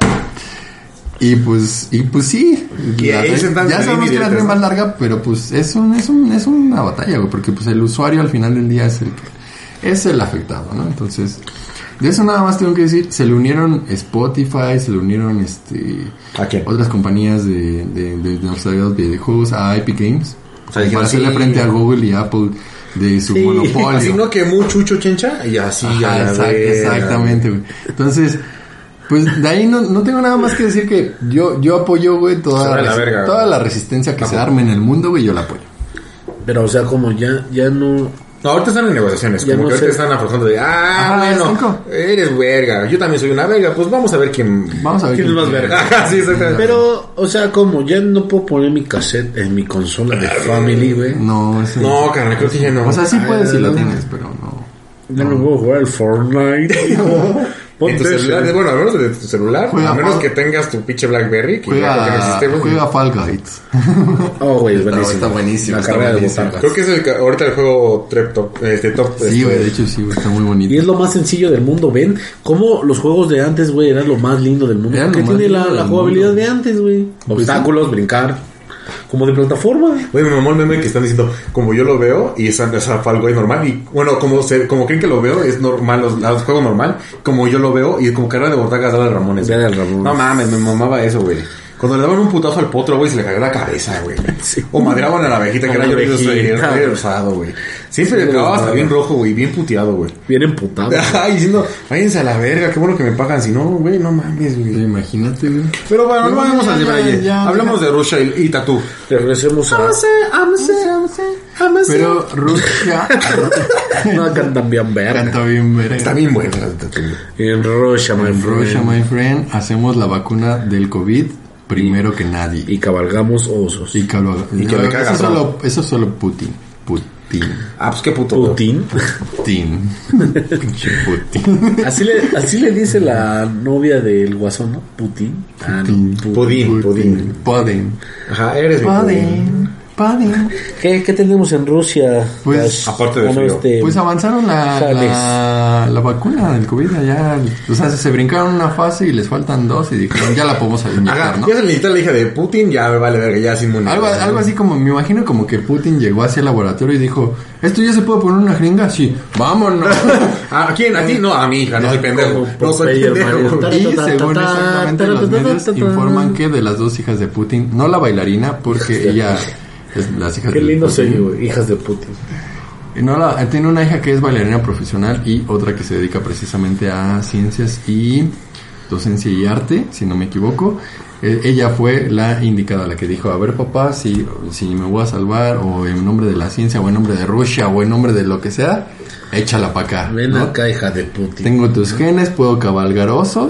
Y pues, y pues sí. Y La ahí trae- se están ya sabemos que la trae indirectas, más ¿no? larga, pero pues es un, es un, es una batalla, güey. Porque pues el usuario al final del día es el que, es el afectado, ¿no? Entonces, de eso nada más tengo que decir, se le unieron Spotify, se le unieron este ¿A quién? otras compañías de, de, de, de los videojuegos a Epic Games. O sea, dijeron, para hacerle sí. frente a Google y Apple de su Sí, monopolio. así no que mucho chucho chencha y así Ajá, a la exact- verga. exactamente, güey. Entonces, pues de ahí no, no tengo nada más que decir que yo, yo apoyo, güey, toda, Se va a la resi- verga, toda güey. la resistencia que se arme en el mundo, güey, yo la apoyo. Pero, o sea, como ya, ya no... No, ahorita están en negociaciones, Ya como no que ahorita sé. están aflojando de, ah, Ajá, bueno, cinco. eres verga, yo también soy una verga, pues vamos a ver quién, Vamos a ver quién quién es más tiene. verga. Ajá, sí, exactamente. Pero, o sea, como ya no puedo poner mi cassette en mi consola de Family, güey. No, eso No, carnal, creo que ya no. O sea, sí puedes si Ay, lo no. tienes, pero no. Ya no puedo jugar al Fortnite. hijo. En tu Ponte celular, ese. bueno, al menos de tu celular, Juega a menos Fall- que tengas tu pinche Blackberry, que ya creo que no Juega, existe, güey. juega Fall Guys. Oh, güey, es Está- buenísimo. está buenísimo, La está carrera de buenísimo. botargas. Creo que es el, que- ahorita el juego trep top, este top. Sí, este, güey, de hecho sí, güey, está muy bonito. Y es lo más sencillo del mundo. ¿Ven cómo los juegos de antes, güey, eran lo más lindo del mundo? Eran Porque lo más tiene la, lindo la del jugabilidad mundo. de antes, güey. Pues Obstáculos, brincar. Como de plataforma. Güey, me mamó el meme que están diciendo, como yo lo veo, y es esa Fall Guys normal, y bueno, como se, como creen que lo veo, es normal, los, los juegos normal, como yo lo veo, y como carrera de botargas de Ramones. Dale al Ramones. No mames, me mamaba eso, güey. Cuando le daban un putazo al potro, güey, se le cagaba la cabeza, güey. O madreaban a la abejita, A que la era yo abejita, era güey. rosado, güey. Siempre Sí, le acababa hasta güey. bien rojo, güey, bien puteado, güey. Bien emputado. Ajá, y diciendo, váyanse a la verga, qué bueno que me pagan, si no, güey, no mames, Sí, güey. imagínate, güey. Pero bueno, no No, vamos ya, al ya, detalle. ya, Hablamos ya. de Rusia y, y Tatú. Regresemos a... Pero Rusia No cantan bien verga. canta bien verga. Está bien buena la de Tatú. En Russia, my En Rusia, friend. my friend, hacemos la vacuna del COVID primero que nadie. Y cabalgamos osos. Y que lo- Y que me caga eso, todo. solo, eso solo Putin. Putin. Ah, pues qué puto. Putin. Putin. Pinche Putin. Así le, así le dice la novia del guasón, ¿no? Putin. Ah, no. Pudín, pudín. Putin. Ajá, eres mi pudín. Putin. Putin. ¿Qué, ¿Qué tenemos en Rusia? Pues, Las- aparte del bueno, frío. este, Pues avanzaron la, Jales. la, la vacuna del COVID allá. O sea, se brincaron una fase y les faltan dos y dijeron, ya la podemos inyectar, Ajá, ¿no? ya se le necesita la hija de Putin, ya me vale verga, ya es inmune. Algo, algo así como, me imagino como que Putin llegó hacia el laboratorio y dijo, ¿esto ya se puede poner una jeringa? Sí, vámonos. ¿A quién? ¿A ti? No, a mi hija, no soy pendejo. No soy Popeye el pendejo. Mario. Y según exactamente los medios informan que de las dos hijas de Putin, no la bailarina, porque ella es las hijas Qué de lindo Putin. sello, güey. Hijas de Putin. Y no la, tiene una hija que es bailarina profesional y otra que se dedica precisamente a ciencias y docencia y arte, si no me equivoco. Eh, ella fue la indicada, la que dijo, a ver papá, si, si me voy a salvar o en nombre de la ciencia o en nombre de Rusia o en nombre de lo que sea, échala para acá. Ven ¿no? acá, hija de Putin. Tengo tus genes, puedo cabalgar osos,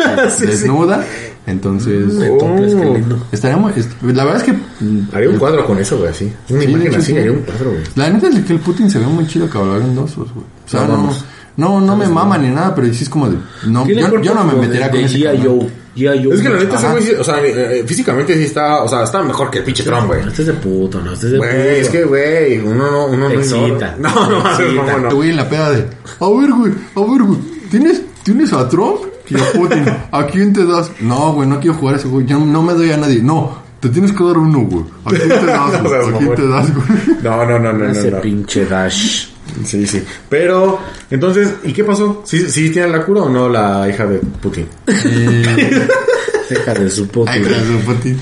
desnuda, entonces... Me toples, qué lindo. Estaríamos, est- la verdad es que... mm, Haría un cuadro con eso, güey, así. Una Sí, de imagen hecho, así, sí. haría un cuadro, güey. La neta es que el Putin se ve muy chido cabalgando osos, güey. O sea, No, no, vamos. no, no me mama ni nada, pero sí es como de... No, Tiene yo, cuerpo yo no me como metería de- con de ese G I. canal. Joe. G I. Joe. Es que la neta, ese Ajá. güey, sí, o sea, eh, eh, físicamente sí está, o sea, está mejor que el pinche Trump, güey. No estés de puto, no estés de puto. Güey, es que, güey, uno no, uno no... Excita. No, no, no, Excita. no, no. Te voy en la peda de... A ver, güey, a ver, güey. ¿Tienes, ¿tienes a Trump? Y a Putin. ¿A quién te das? No, güey, no quiero jugar a ese güey. Yo no me doy a nadie. No, te tienes que dar uno, güey. ¿A quién te das, No güey? seas ¿A quién mamón. te das, güey? No, no, no, no, no, Ese no. pinche Dash. Sí, sí. Pero, entonces, ¿y qué pasó? ¿Sí, sí tiene la cura o no la hija de Putin? Eh... Deja de su puto. Ay, gracias, Pati.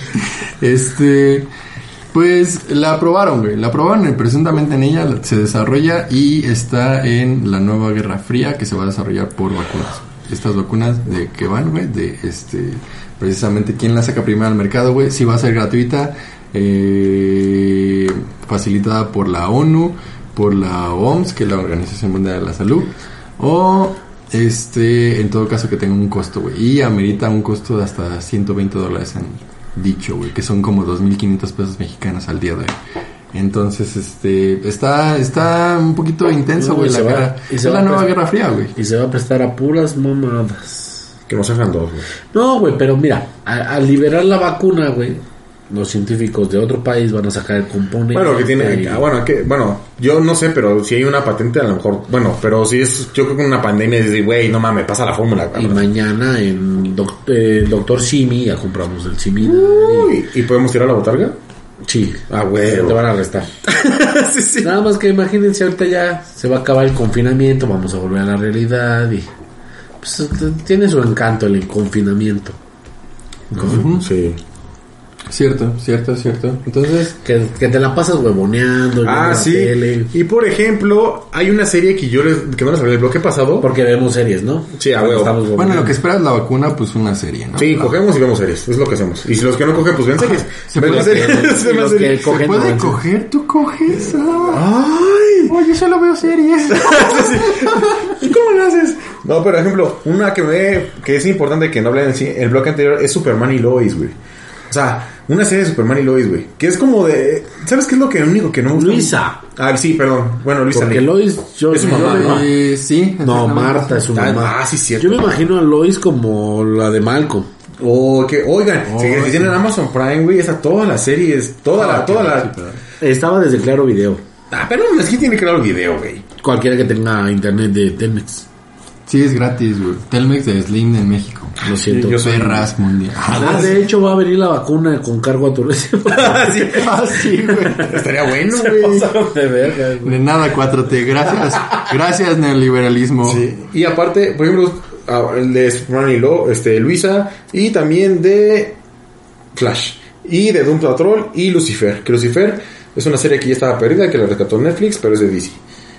Este, pues la aprobaron, güey. La aprobaron y presuntamente en ella se desarrolla y está en la nueva Guerra Fría que se va a desarrollar por vacunas. Estas vacunas de que van, güey, de este, precisamente quién la saca primero al mercado, güey. Si va a ser gratuita, eh, facilitada por la ONU, por la O M S, que es la Organización Mundial de la Salud, o Este, en todo caso que tenga un costo, güey. Y amerita un costo de hasta ciento veinte dólares en dicho, güey. Que son como dos mil quinientos pesos mexicanos al día de hoy. Entonces, este, está, está un poquito intenso, güey, No, y la se va- guerra. y Es se va la a nueva prestar- Guerra Fría, güey. Y se va a prestar a puras mamadas. Que nos hagan dos, güey. No, güey, pero mira, a- al liberar la vacuna, güey, los científicos de otro país van a sacar el componente. Bueno, que tiene, y- ah, bueno, que, bueno, yo no sé, pero si hay una patente a lo mejor, bueno, pero si es, yo creo que una pandemia dice, güey, no mames, pasa la fórmula. Y cabrón. mañana en doc- eh, Doctor Simi ya compramos el Simi. Uy, ¿y podemos tirar la botarga? Sí, Ah, güey. te van a arrestar. sí, sí. Nada más que imagínense, ahorita ya se va a acabar el confinamiento, vamos a volver a la realidad y pues t- tiene su encanto el confinamiento. Ujú. Sí. Cierto, cierto, cierto. Entonces, Que, que te la pasas huevoneando, viendo Ah, la sí. tele, Y por ejemplo, hay una serie que yo les, que no les hablé el bloque pasado. porque vemos series, ¿no? Sí, a Cuando huevo. estamos bueno, huevoneando. lo que esperas la vacuna, pues una serie, ¿no? Sí, La- cogemos y vemos series, es lo que hacemos. Y si los que no cogen, pues ven series. Se Ven puede las series, hacer, ven y las los series. que cogen- ¿Se puede no, coger? ¿Tú coges? Ah. ¡Ay! Oye, solo veo series. ¿Y cómo lo haces? No, pero por ejemplo, una que me que es importante que no hablé en el, ci- el bloque anterior es Superman y Lois, güey. O sea, una serie de Superman y Lois, güey. Que es como de... ¿Sabes qué es lo que único que no me gusta? Luisa. Ah, sí, perdón. Bueno, Luisa. Porque Lane. Lois, yo, Es su yo mamá, me ¿no? ima- Eh, sí. No, exactamente. Marta es su Ah, mamá. ah, sí, cierto. Yo me imagino a Lois como la de Malcolm. O que, oigan, Oh, si, si sí. tienen Amazon Prime, güey, esa todas las series, toda la, Ah, toda sí, la... pero- Estaba desde Claro Video. Ah, pero es que tiene que crear el video, güey. Cualquiera que tenga internet de Telmex. Sí, es gratis, güey. Telmex de Slim en México. Lo siento. yo soy- Perras mundial. Ah, de hecho va a venir la vacuna con cargo a tu recibo. Ah, sí, Ah, sí, güey. estaría bueno, güey. de verga, güey. De nada, cuatro T. Gracias. Gracias, neoliberalismo. Sí. Y aparte, por ejemplo, ah, el de Superman y Lo, este, Luisa, y también de Flash, y de Doom Patrol y Lucifer. Que Lucifer es una serie que ya estaba perdida, que la rescató Netflix, pero es de D C.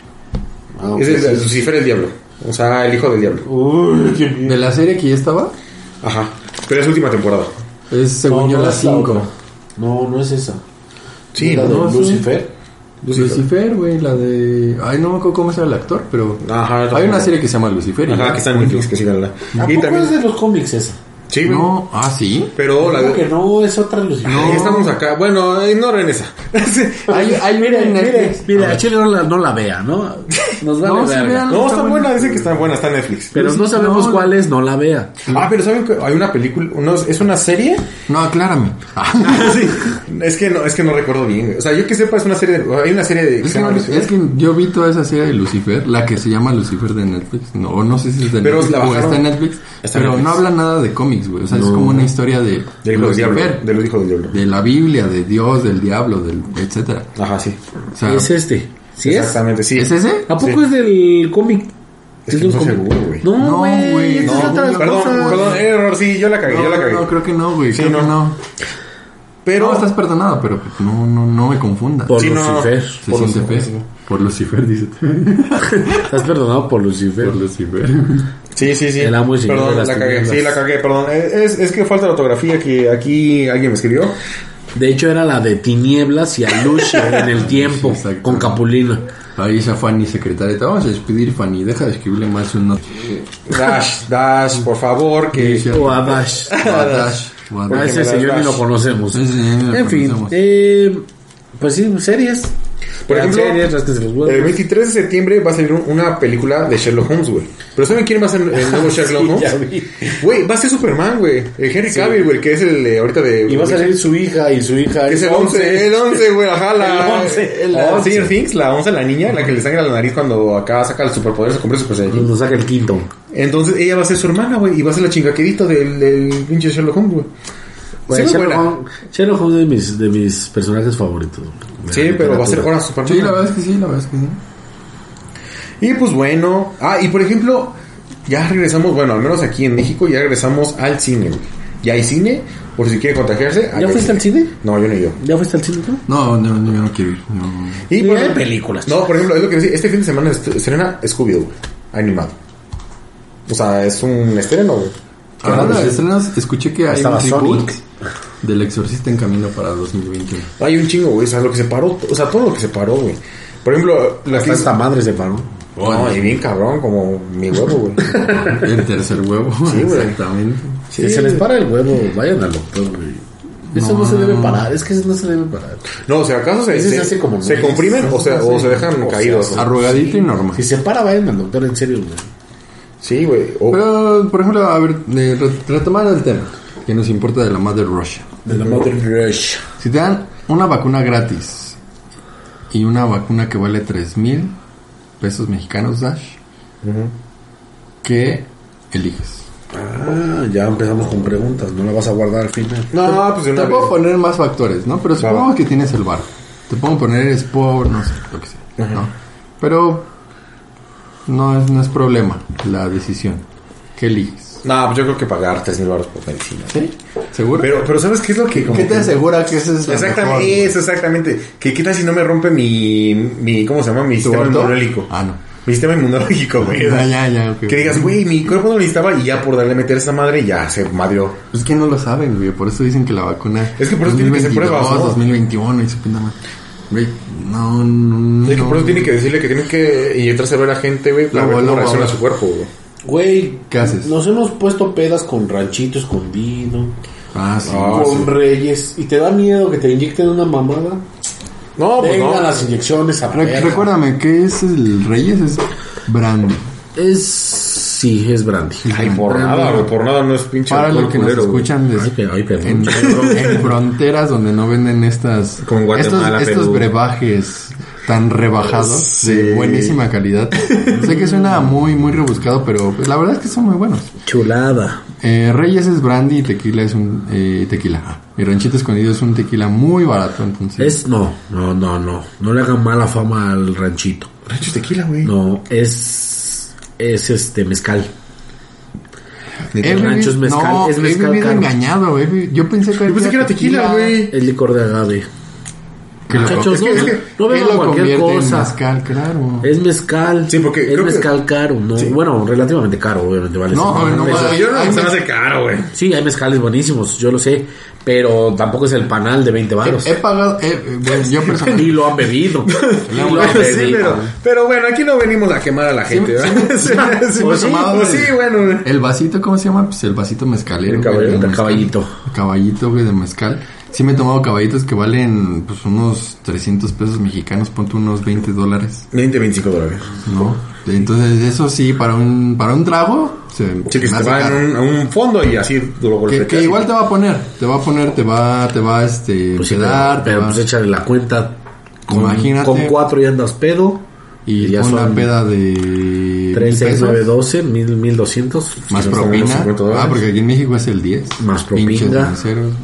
Ah, Es ok. el, Lucifer el diablo, o sea, el hijo del diablo. Uy, qué bien. De la serie que ya estaba, Ajá, pero es última temporada. es según No, yo no la es la cinco. otra. No, no es esa. Sí, la no, de sí. Lucifer. Lucifer. Lucifer, güey, la de... Ay, no me acuerdo cómo era el actor, pero... Ajá, Hay una serie que se llama Lucifer. y Ajá, ya, que está en Netflix, que sí, la, la. ¿A Y poco también, es de los cómics esa? sí, güey. No, ah, sí. Pero la Creo que no, es otra Lucifer. Ahí estamos acá. Bueno, ignoren esa. Sí. Hay, hay una en Mire, Netflix. mire, A a ver. Chile no la, no la vea, ¿no? Nos vale No, sí, verga. véanla. No, está Está buena, buena. dice que está buena, está en Netflix. Pero no sabemos No, cuál es, no la vea. Ah, pero ¿saben que hay una película? uno- ¿Es una serie? No, aclárame. Sí. Es que no, es que no recuerdo bien. güey. O sea, yo que sepa es una serie de, hay una serie de que Es se que, llama no- Lucifer. es que yo vi toda esa serie de Lucifer, la que se llama Lucifer de Netflix. No, o no sé si es de Pero Netflix la o bajaron. está en Netflix. Está en pero Netflix. no habla nada de cómics, güey. O sea, es como una historia de Del hijo del diablo. Lucifer, Del hijo del diablo. de la Biblia, de Dios, del diablo, del etcétera. Ajá, sí. O sea, Es este. ¿Sí es? Exactamente, sí. ¿es ese? ¿A poco Sí. es del cómic? Es que de un no estoy cómic. seguro, güey. No, No, güey. güey, esa no, es otra güey, Perdón, cosa. perdón, error, sí, yo la cagué, No, yo la cagué. no, creo que no, güey. Sí, creo que no. no. Pero No, estás perdonado, pero pues, no, no, no me confundas. Por Sí, no, Lucifer. Se por siente Lucifer, feo. sí. Por Lucifer, dice. Estás perdonado por Lucifer. Por Lucifer. Sí, sí, sí. El amo y señor Perdón, de las la cagué. tinieblas. Sí, la cagué, perdón. Es, es que falta la ortografía que aquí alguien me escribió. De hecho, era la de Tinieblas y Aluche en el tiempo, Sí, exacto. con Capulina. Ahí esa Fanny secretaria. Te vamos a despedir, Fanny. Deja de escribirle más un nota. Dash, Dash, por favor, que... O a Dash. Guadash. A Guadash. ese me das señor ni Dash. lo conocemos. Ese señor ni lo En fin, conocemos. eh, pues sí, series. Por Vean ejemplo, series, rásquense los huevos. el veintitrés de septiembre va a salir un- una película de Sherlock Holmes, güey. ¿Pero saben quién va a ser el nuevo Sherlock Sí, Holmes? ya vi. Güey, va a ser Superman, güey. El Henry Cavill, güey, que es el de ahorita de... Y va a salir su hija y su hija Que es el once, el once, güey, ajá, la... El once, el la once. Stranger Things, la once, la niña, la que le sangra la nariz cuando acá saca el superpoder, se compra el Super Saiyajin. Nos saca el quinto. Entonces ella va a ser su hermana, güey, y va a ser la chingaquerita del, del pinche Sherlock Holmes, güey. Güey, Sí, Sherlock, buena. Holmes, Sherlock Holmes es de mis, de mis personajes favoritos. de Sí, la pero va a ser literatura. ahora Superman. Sí, la verdad es que sí, la verdad es que sí. Y pues bueno, ah, y por ejemplo, ya regresamos, bueno, al menos aquí en México, ya regresamos al cine, güey. Ya hay cine, por si quiere contagiarse. allá ¿Ya hay fuiste al cine? No, yo no he ido. ¿Ya fuiste al cine tú? No, no, no, yo no quiero ir. No. Y Ni por- hay películas, No, por ejemplo, es lo que decía, este fin de semana est- estrena Scooby-Doo, güey, animado. O sea, es un estreno, güey. Hablando de estrenos, escuché que hay Estaba un reboot Sonic. del Exorcista en camino para dos mil veinte. Hay un chingo, güey, o sea, lo que se paró, o sea, todo lo que se paró, güey. Por ejemplo, la Hasta que esta madre se paró. No, y bien cabrón, como mi huevo, güey. El tercer huevo. Sí, güey. Exactamente. Si se les para el huevo, vayan al doctor, güey. Eso no, no se debe parar, es que eso no se debe parar. No, o sea, ¿acaso se, Ese se, se hace como se nuez, comprimen o, sea, o se dejan o caídos? sea, Arrugadito y normal. Si se para, vayan al doctor, en serio, güey. Sí, güey. O- Pero, por ejemplo, a ver, eh, re- retomando el tema que nos importa de la Mother Russia. De la Mother Russia. Si te dan una vacuna gratis y una vacuna que vale tres mil pesos mexicanos, Dash, Ujú. ¿qué eliges? Ah, ya empezamos con preguntas, no la vas a guardar al final. No, pues de Te una puedo vez. poner más factores, ¿no? Pero Claro. supongo que tienes el bar. Te puedo poner sport, no sé, lo que sea, ¿no? Pero no es, no es problema la decisión. ¿Qué eliges? No, pues yo creo que pagar tres mil baros por medicina. ¿Sí? ¿Seguro? Pero, pero ¿sabes qué es lo que...? como ¿Qué te que- asegura que ese es la Exactamente, mejor? eso exactamente. ¿Qué, ¿Qué tal si no me rompe mi... mi ¿cómo se llama? Mi ¿Tu sistema orto? inmunológico. Ah, no. Mi sistema inmunológico, güey. Ya, ya, ya. ok. Que digas, güey, mi cuerpo no lo necesitaba y ya por darle a meter esa madre ya se madrió. Pues es que no lo saben, güey. Por eso dicen que la vacuna... Es que por eso tiene que ser pruebas, ¿no? dos mil veintiuno y su pinta madre. Güey, no, no, Es que no. por eso tiene que decirle que tiene que inyectarse a ver a gente, güey, para Luego, ver cómo luego, reacciona ahora. su cuerpo, güey. Güey, ¿Qué haces? nos hemos puesto pedas con ranchito escondido, Ah, sí. Ah, con sí. reyes, y te da miedo que te inyecten una mamada. No, pues Vengan no. las inyecciones a Re- perra. recuérdame, ¿qué es el Reyes? Es brandy. Es... sí, es brandy. Ay, por Brandy. nada, güey, por nada no es pinche Para alcohol los que nos culero, güey. escuchan des- Ay, pe- ay, perdón. en, en fronteras donde no venden estas Como en Guatemala, estos, estos Perú. brebajes tan rebajados Sí. de buenísima calidad. Sé que suena muy muy rebuscado, pero pues, la verdad es que son muy buenos. Chulada. Eh, Reyes es brandy y tequila es un eh, tequila. Ah, y Ranchito Escondido es un tequila muy barato, entonces. Es... no, no, no, no. No le hagan mala fama al ranchito. Rancho es tequila, güey. No, es... es este, mezcal. He El vivi- rancho es mezcal, no, es he mezcal vivido caro. engañado, he vi- yo pensé que Yo pensé que era tequila, güey. Es licor de agave. Que lo- Muchachos, es no, que- es no, que no él vengan lo cualquier convierte en cosa. mezcal, claro. Es mezcal. Sí, porque es creo que- mezcal caro, ¿no? Sí. Bueno, relativamente caro, obviamente, vale. No, Sí, no, eso- vale. Yo no Ay, se me me- hace caro, güey. Sí, hay mezcales buenísimos, yo lo sé. Pero tampoco es el panal de veinte varos. He pagado, eh, eh, bueno, yo Y personalmente. lo han bebido. Y lo han Bueno, sí, bebido. pero, pero bueno, aquí no venimos a quemar a la gente, sí, ¿verdad? sí, sí, Pues sí, tomado pues el- sí, bueno, güey. El vasito, ¿cómo se llama? Pues el vasito mezcalero. El güey, caballito, de el mezcal. caballito. El caballito, güey, de mezcal. Sí me he tomado caballitos que valen, pues, unos trescientos pesos mexicanos, ponte unos veinte dólares, veinte, veinticinco dólares. ¿no? Entonces, eso sí, para un, para un trago, se, Sí, que se se me te hace va caro. en un, a un fondo y así lo Que, golpeas. que igual te va a poner, te va a poner, te va, te va, este, Pues sí, quedar, pero, te pero va- pues échale la cuenta. Con, Imagínate. con cuatro y andas pedo. y ya con una son peda de tres, mil seis, pesos, nueve, doce, mil, mil doscientos. más Son unos propina. cincuenta dólares. Ah, porque aquí en México es el diez. Más Pinches propina. meseros.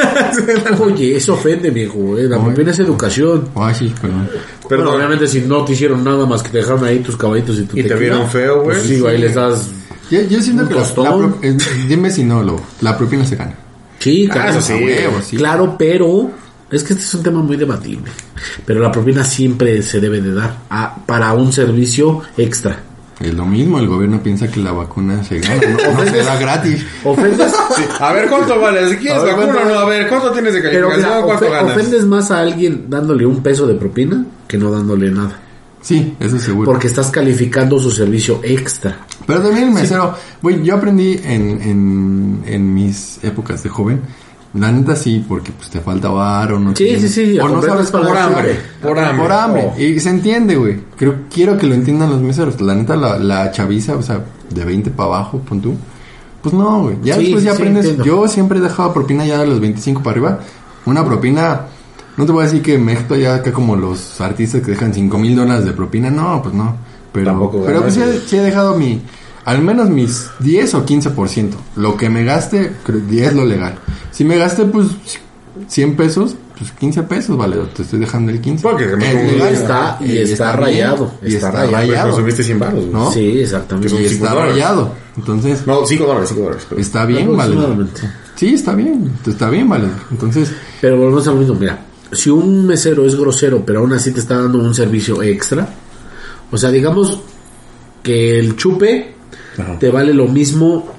Oye, eso ofende, viejo. Eh. La Oye. propina es educación. Ay, sí, perdón. Perdón. Bueno, obviamente si no te hicieron nada más que te dejaron ahí tus caballitos y tu Y te tequila, vieron feo, güey. pues sí, ahí les das... Yo, yo siento Un que la, tostón. la pro- eh, dime si no, lo, la propina se gana. Sí, Ah, claro, eso sí. A huevo, sí. claro, pero es que este es un tema muy debatible. Pero la propina siempre se debe de dar a, para un servicio extra. Es lo mismo, el gobierno piensa que la vacuna se gana, no, no se da gratis. Ofendes, Sí. A ver, ¿cuánto vale? Si quieres A ver, vacuna o ¿cuánto no, a ver, ¿cuánto tienes de pero calificación? mira, ¿Cuánto ofe- ganas? ofendes más a alguien dándole un peso de propina que no dándole nada. Sí, eso seguro. Porque estás calificando su servicio extra. Pero también el mesero, güey, yo aprendí en, en, en mis épocas de joven, la neta sí, porque pues te falta bar o no Sí, tienes- sí, sí, a o no comprar sabes por pagar hambre, chave. por hambre. Por hambre. Oh. Y se entiende, güey. Creo, quiero que lo entiendan los meseros. La neta, la, la chaviza, o sea, de veinte para abajo, pon tú. Pues no, güey. Ya Sí, después ya sí, aprendes. entiendo. Yo siempre he dejado propina ya de los veinticinco para arriba. Una propina, no te voy a decir que me meto ya acá como los artistas que dejan cinco mil dólares de propina. No, pues no. Pero, Tampoco pero pues sí, ganas, he- sí he dejado mi, al menos mis diez o quince por ciento. Lo que me gaste, creo que es lo legal. Si me gaste, pues, cien pesos, pues quince pesos, vale, te estoy dejando el quince. Porque me- Es legal. está- y Eh, está bien, rayado, y está está, rayado. rayado, Consumiste cien baros, güey. ¿no? Sí, exactamente. Que Y son está cinco dólares. rayado. Entonces, No, cinco dólares, cinco dólares. pero- está bien, vale. Aproximadamente. Sí, está bien, está bien, vale. Entonces, Pero volvemos a lo mismo, mira, si un mesero es grosero, pero aún así te está dando un servicio extra, o sea, digamos que el chupe Ajá. te vale lo mismo,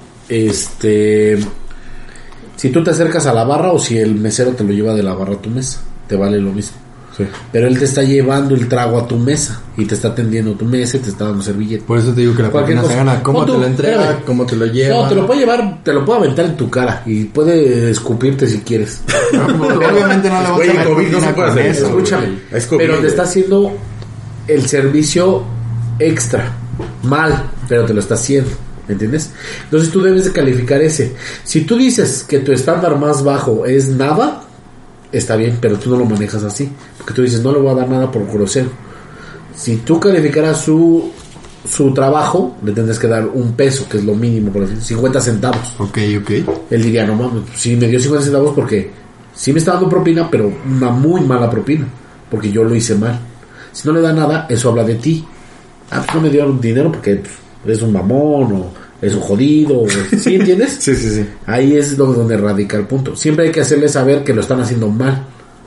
este, si tú te acercas a la barra o si el mesero te lo lleva de la barra a tu mesa, te vale lo mismo. Sí. Pero él te está llevando el trago a tu mesa y te está atendiendo tu mesa y te está dando servilleta. Por eso te digo que la Cualquier propina se cosa. gana. ¿Cómo Pon te tú, lo entrega? espérame. ¿Cómo te lo lleva? No, te lo puede llevar, te lo puede aventar en tu cara y puede escupirte si quieres. Obviamente no le vas Güey, a dar COVID no propina se puede con hacer eso, Escúchame, güey. Es COVID, pero te güey. está haciendo el servicio extra, mal, pero te lo está haciendo, ¿me entiendes? Entonces tú debes de calificar ese. Si tú dices que tu estándar más bajo es nada, está bien, pero tú no lo manejas así, porque tú dices no le voy a dar nada por grosero. Si tú calificaras su su trabajo, le tendrás que dar un peso, que es lo mínimo, por decir, cincuenta centavos. Ok, ok. Él diría, no mames, sí me dio cincuenta centavos porque sí me está dando propina, pero una muy mala propina, porque yo lo hice mal. Si no le da nada, eso habla de ti. Ah, pues no me dio dinero porque pues, es un mamón o es un jodido. O, ¿sí entiendes? Sí, sí, sí. Ahí es donde, donde radica el punto. Siempre hay que hacerle saber que lo están haciendo mal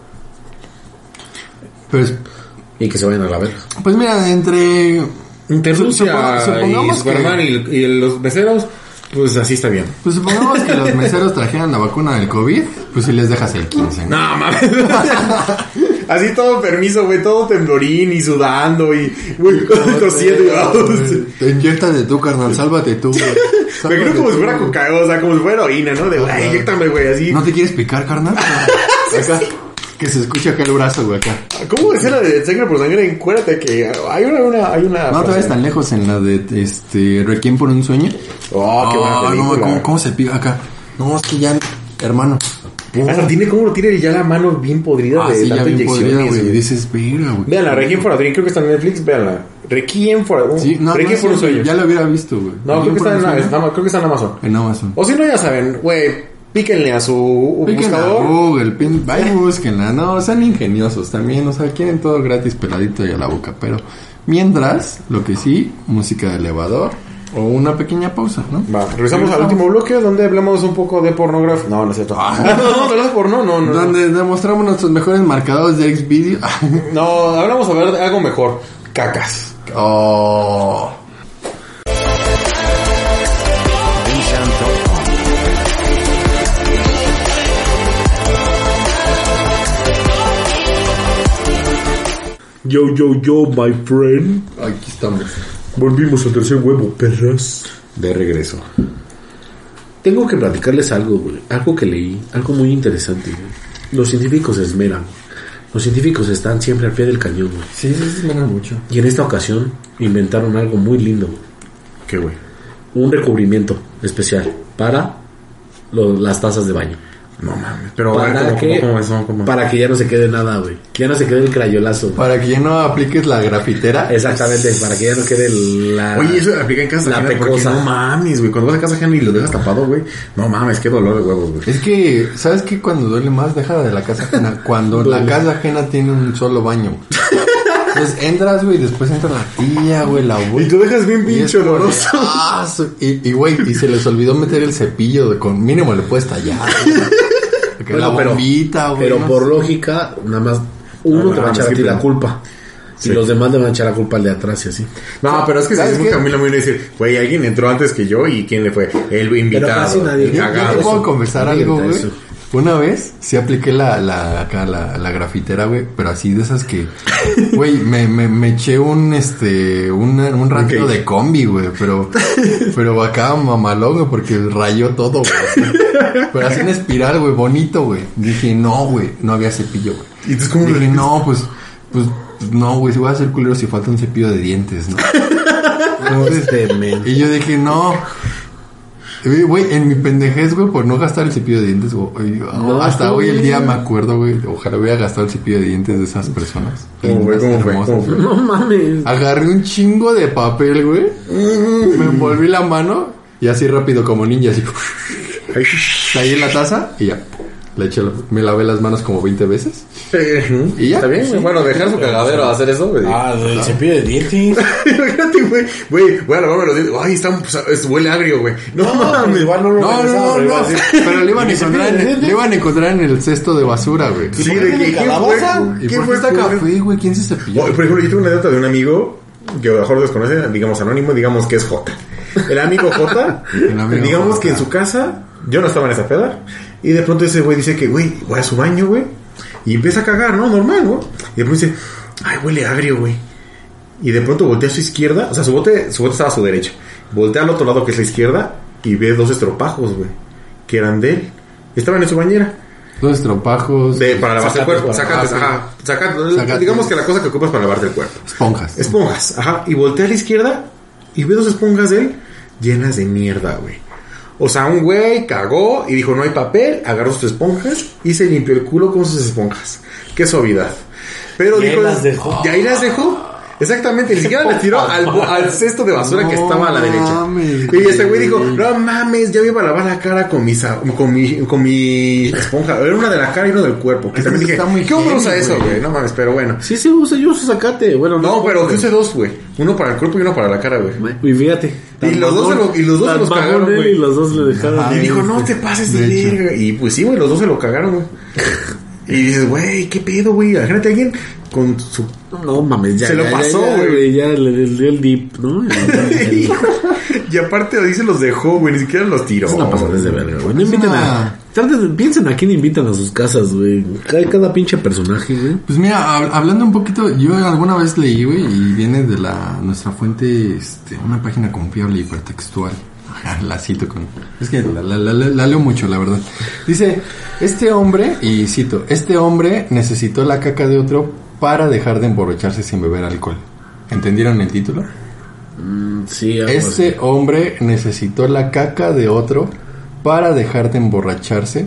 Pero es- y que se vayan a la verga. pues mira, entre... Interrucia Suponga- supongamos y Superman que- y, y los meseros, pues así está bien. Pues supongamos que los meseros trajeran la vacuna del COVID, pues si les dejas el quince, ¿no? No, mames. Así todo permiso, güey, todo temblorín y sudando y, güey, tosiendo y Güey, te inyectas de tú, carnal, sálvate tú, güey. me creo Sálvate como si tú, fuera güey. coca, o sea, como si fuera heroína, ¿no? De, güey, inyéctame, güey, así. ¿No te quieres picar, carnal? Acá. Que se escuche acá el brazo, güey, acá. ¿Cómo decía la de sangre por sangre? Encuérdate que hay una, una, hay una... No te vayas tan lejos en la de este Requiem por un sueño. Oh, qué buena Ah, no, película. ¿cómo, ¿cómo se pica acá? No, es que ya, hermano. Ah, tiene como lo tiene ya la mano bien podrida Ah, de sí, ya tanta bien inyección. podrida, güey. Y dices, verga, güey. Veanla, Requiem for a Dream, creo que está en Netflix, veanla. Requiem for a Sí, no, Requiem no, por un sí, sueño. ya lo hubiera visto, güey. No, creo Requiem que, está por en, un sueño. está- creo que está en Amazon. En Amazon. O si no, ya saben, güey, píquenle a su Píquenla a buscador. Google, pin, vaya, búsquenla. No, sean ingeniosos también, o sea, quieren todo gratis, peladito y a la boca. Pero mientras, lo que sí, música de elevador o una pequeña pausa, ¿no? Va, regresamos al último bloque donde hablamos un poco de pornografía. No, no es cierto. no, no, no, no, porno, no, no. No, Donde demostramos nuestros mejores marcadores de Xvideo. no hablamos a ver de algo mejor. Cacas. Oh. Yo, yo, yo, my friend. Aquí estamos. Volvimos al tercer huevo, perras. De regreso. Tengo que platicarles algo, güey. Algo que leí, algo muy interesante, güey. Los científicos se esmeran. Los científicos están siempre al pie del cañón, güey. Sí, sí, sí, me da mucho. Y en esta ocasión inventaron algo muy lindo, güey. ¿Qué, güey? Un recubrimiento especial para lo- las tazas de baño. No mames. Pero, a ver, Para ¿cómo, que, cómo, cómo es? ¿Cómo, cómo? para que ya no se quede nada, güey. Que ya no se quede el crayolazo. güey. Para que ya no apliques la grafitera. Exactamente, para que ya no quede la... Oye, eso aplica en casa la ajena porque pecosa. no mames, güey. Cuando vas a casa ajena y lo dejas tapado, güey. No mames, qué dolor de huevos, güey. Es que, ¿sabes qué? Cuando duele más, deja de la casa ajena. Cuando la casa ajena tiene un solo baño. Entonces entras, güey, y después entra la tía, güey, la abuela. Y tú dejas bien Y es pinche como de, oloroso. ah, su- y, y, güey, y se les olvidó meter el cepillo. De, con mínimo le puedes tallar. güey. Porque Bueno, la pero- bombita, güey. Pero no por sé. lógica, nada más uno No, te va a mames, echar a qué ti la pedo. culpa. Sí. Y los demás le van a echar la culpa al de atrás y así. No, pero es que si ¿Sabes es muy qué? Camila muy bien decir, güey, alguien entró antes que yo y quién le fue, el invitado, casi nadie. el Yo- Yo cagado. te puedo eso. confesar Nadie algo, grita güey. eso. Una vez sí apliqué la, la, acá, la, la grafitera, güey, pero así de esas que, güey, me, me, me eché un, este, un, un ratito Ok. de combi, güey, pero, pero acá mamalón, güey, porque rayó todo, güey. así. Pero así en espiral, güey, bonito, güey. Dije, no, güey, no había cepillo, güey. ¿Y entonces cómo Dije, le no, pues, pues, no, güey, si voy a hacer culero si falta un cepillo de dientes, ¿no? Entonces, Este, men. y yo dije, no. Güey, güey, en mi pendejez, güey, por no gastar el cepillo de dientes, güey. No, hasta está hoy el bien. día me acuerdo, güey. Ojalá hubiera gastado el cepillo de dientes de esas personas. ¿Cómo fue? ¿Cómo fue? Hermosas. ¿Cómo fue? No mames. Agarré un chingo de papel, güey. Me envolví la mano y así rápido como ninja, así. Caí en la taza y ya. Le eché, la- me lavé las manos como veinte veces. ¿Y ya? Está bien, güey. Bueno, dejar su cagadero a hacer eso, güey. Ah, el cepillo de dientes. Imagínate, güey. Güey, voy a lavarme los dientes. Ay, está, pues, es- huele agrio, güey. No, mames. igual no lo No, no, no, no. Pero le iban a encontrar en el, le iban a encontrar en el cesto de basura, güey. Sí, de que ¿quién fue? ¿Y ¿Quién por fue qué está este café, güey? ¿Quién se cepilló? Oh, por ejemplo, yo tengo una anécdota de un amigo que a lo mejor desconoce, digamos anónimo, digamos que es J. El amigo J, El amigo digamos J. que en su casa, yo no estaba en esa peda, y de pronto ese güey dice que, güey, voy a su baño, güey, y empieza a cagar, ¿no? Normal, ¿no? Y de pronto dice, ay, huele agrio, güey. Y de pronto voltea a su izquierda, o sea, su bote, su bote estaba a su derecha. Voltea al otro lado, que es la izquierda, y ve dos estropajos, güey, que eran de él. Estaban en su bañera. Dos estropajos. De, para lavarse el cuerpo. Sacates, Sacates, ajá. Sacates, Sacates. digamos que la cosa que ocupas para lavarte el cuerpo. Esponjas. Esponjas, ajá. Y voltea a la izquierda y ve dos esponjas de él llenas de mierda, güey. O sea, un güey cagó y dijo, no hay papel, agarró sus esponjas y se limpió el culo con sus esponjas. Qué suavidad. Pero Y ahí dijo, las dejó. y ahí las dejó. Exactamente, ni siquiera las tiró al, al cesto de basura No que estaba a la derecha. mames, Y ese güey dijo, güey. no mames, ya me iba a lavar la cara con mi, sa- con mi, con mi esponja. Era una de la cara y una del cuerpo. Que Eso también dije, está muy ¿qué hombre usa heavy, eso, güey? güey? No mames, pero bueno. Sí, sí, usa, yo uso zacate. Bueno, No, pero que que use dos, güey. Uno para el cuerpo y uno para la cara, güey. Y fíjate. Y los dos se lo- y los dos se tan los mamón cagaron, él, güey. Y los dos le dejaron. Ajá. Y Ah, dijo, sí, no sí. te pases de De hecho. verga. Y pues sí, güey, los dos se lo cagaron, güey. Y dices, güey, ¿qué pedo, güey? Imagínate a alguien con su... No mames, ya. Se lo ya, pasó, ya, ya, güey. Ya le le dio el dip, ¿no? El- Y aparte ahí se los dejó, güey, ni siquiera los tiró. Es una pasada de verga, güey. No Es inviten una- a. Traten- piensen a quién invitan a sus casas, güey. Cada, cada pinche personaje, güey. Pues mira, hab- hablando un poquito, yo alguna vez leí, güey, y viene de la nuestra fuente, este, una página confiable y hipertextual. Ajá, la cito con... Es que la, la, la, la leo mucho, la verdad. Dice, este hombre, y cito, este hombre necesitó la caca de otro para dejar de emborracharse sin beber alcohol. ¿Entendieron el título? Mm, sí, algo Este así. hombre necesitó la caca de otro para dejar de emborracharse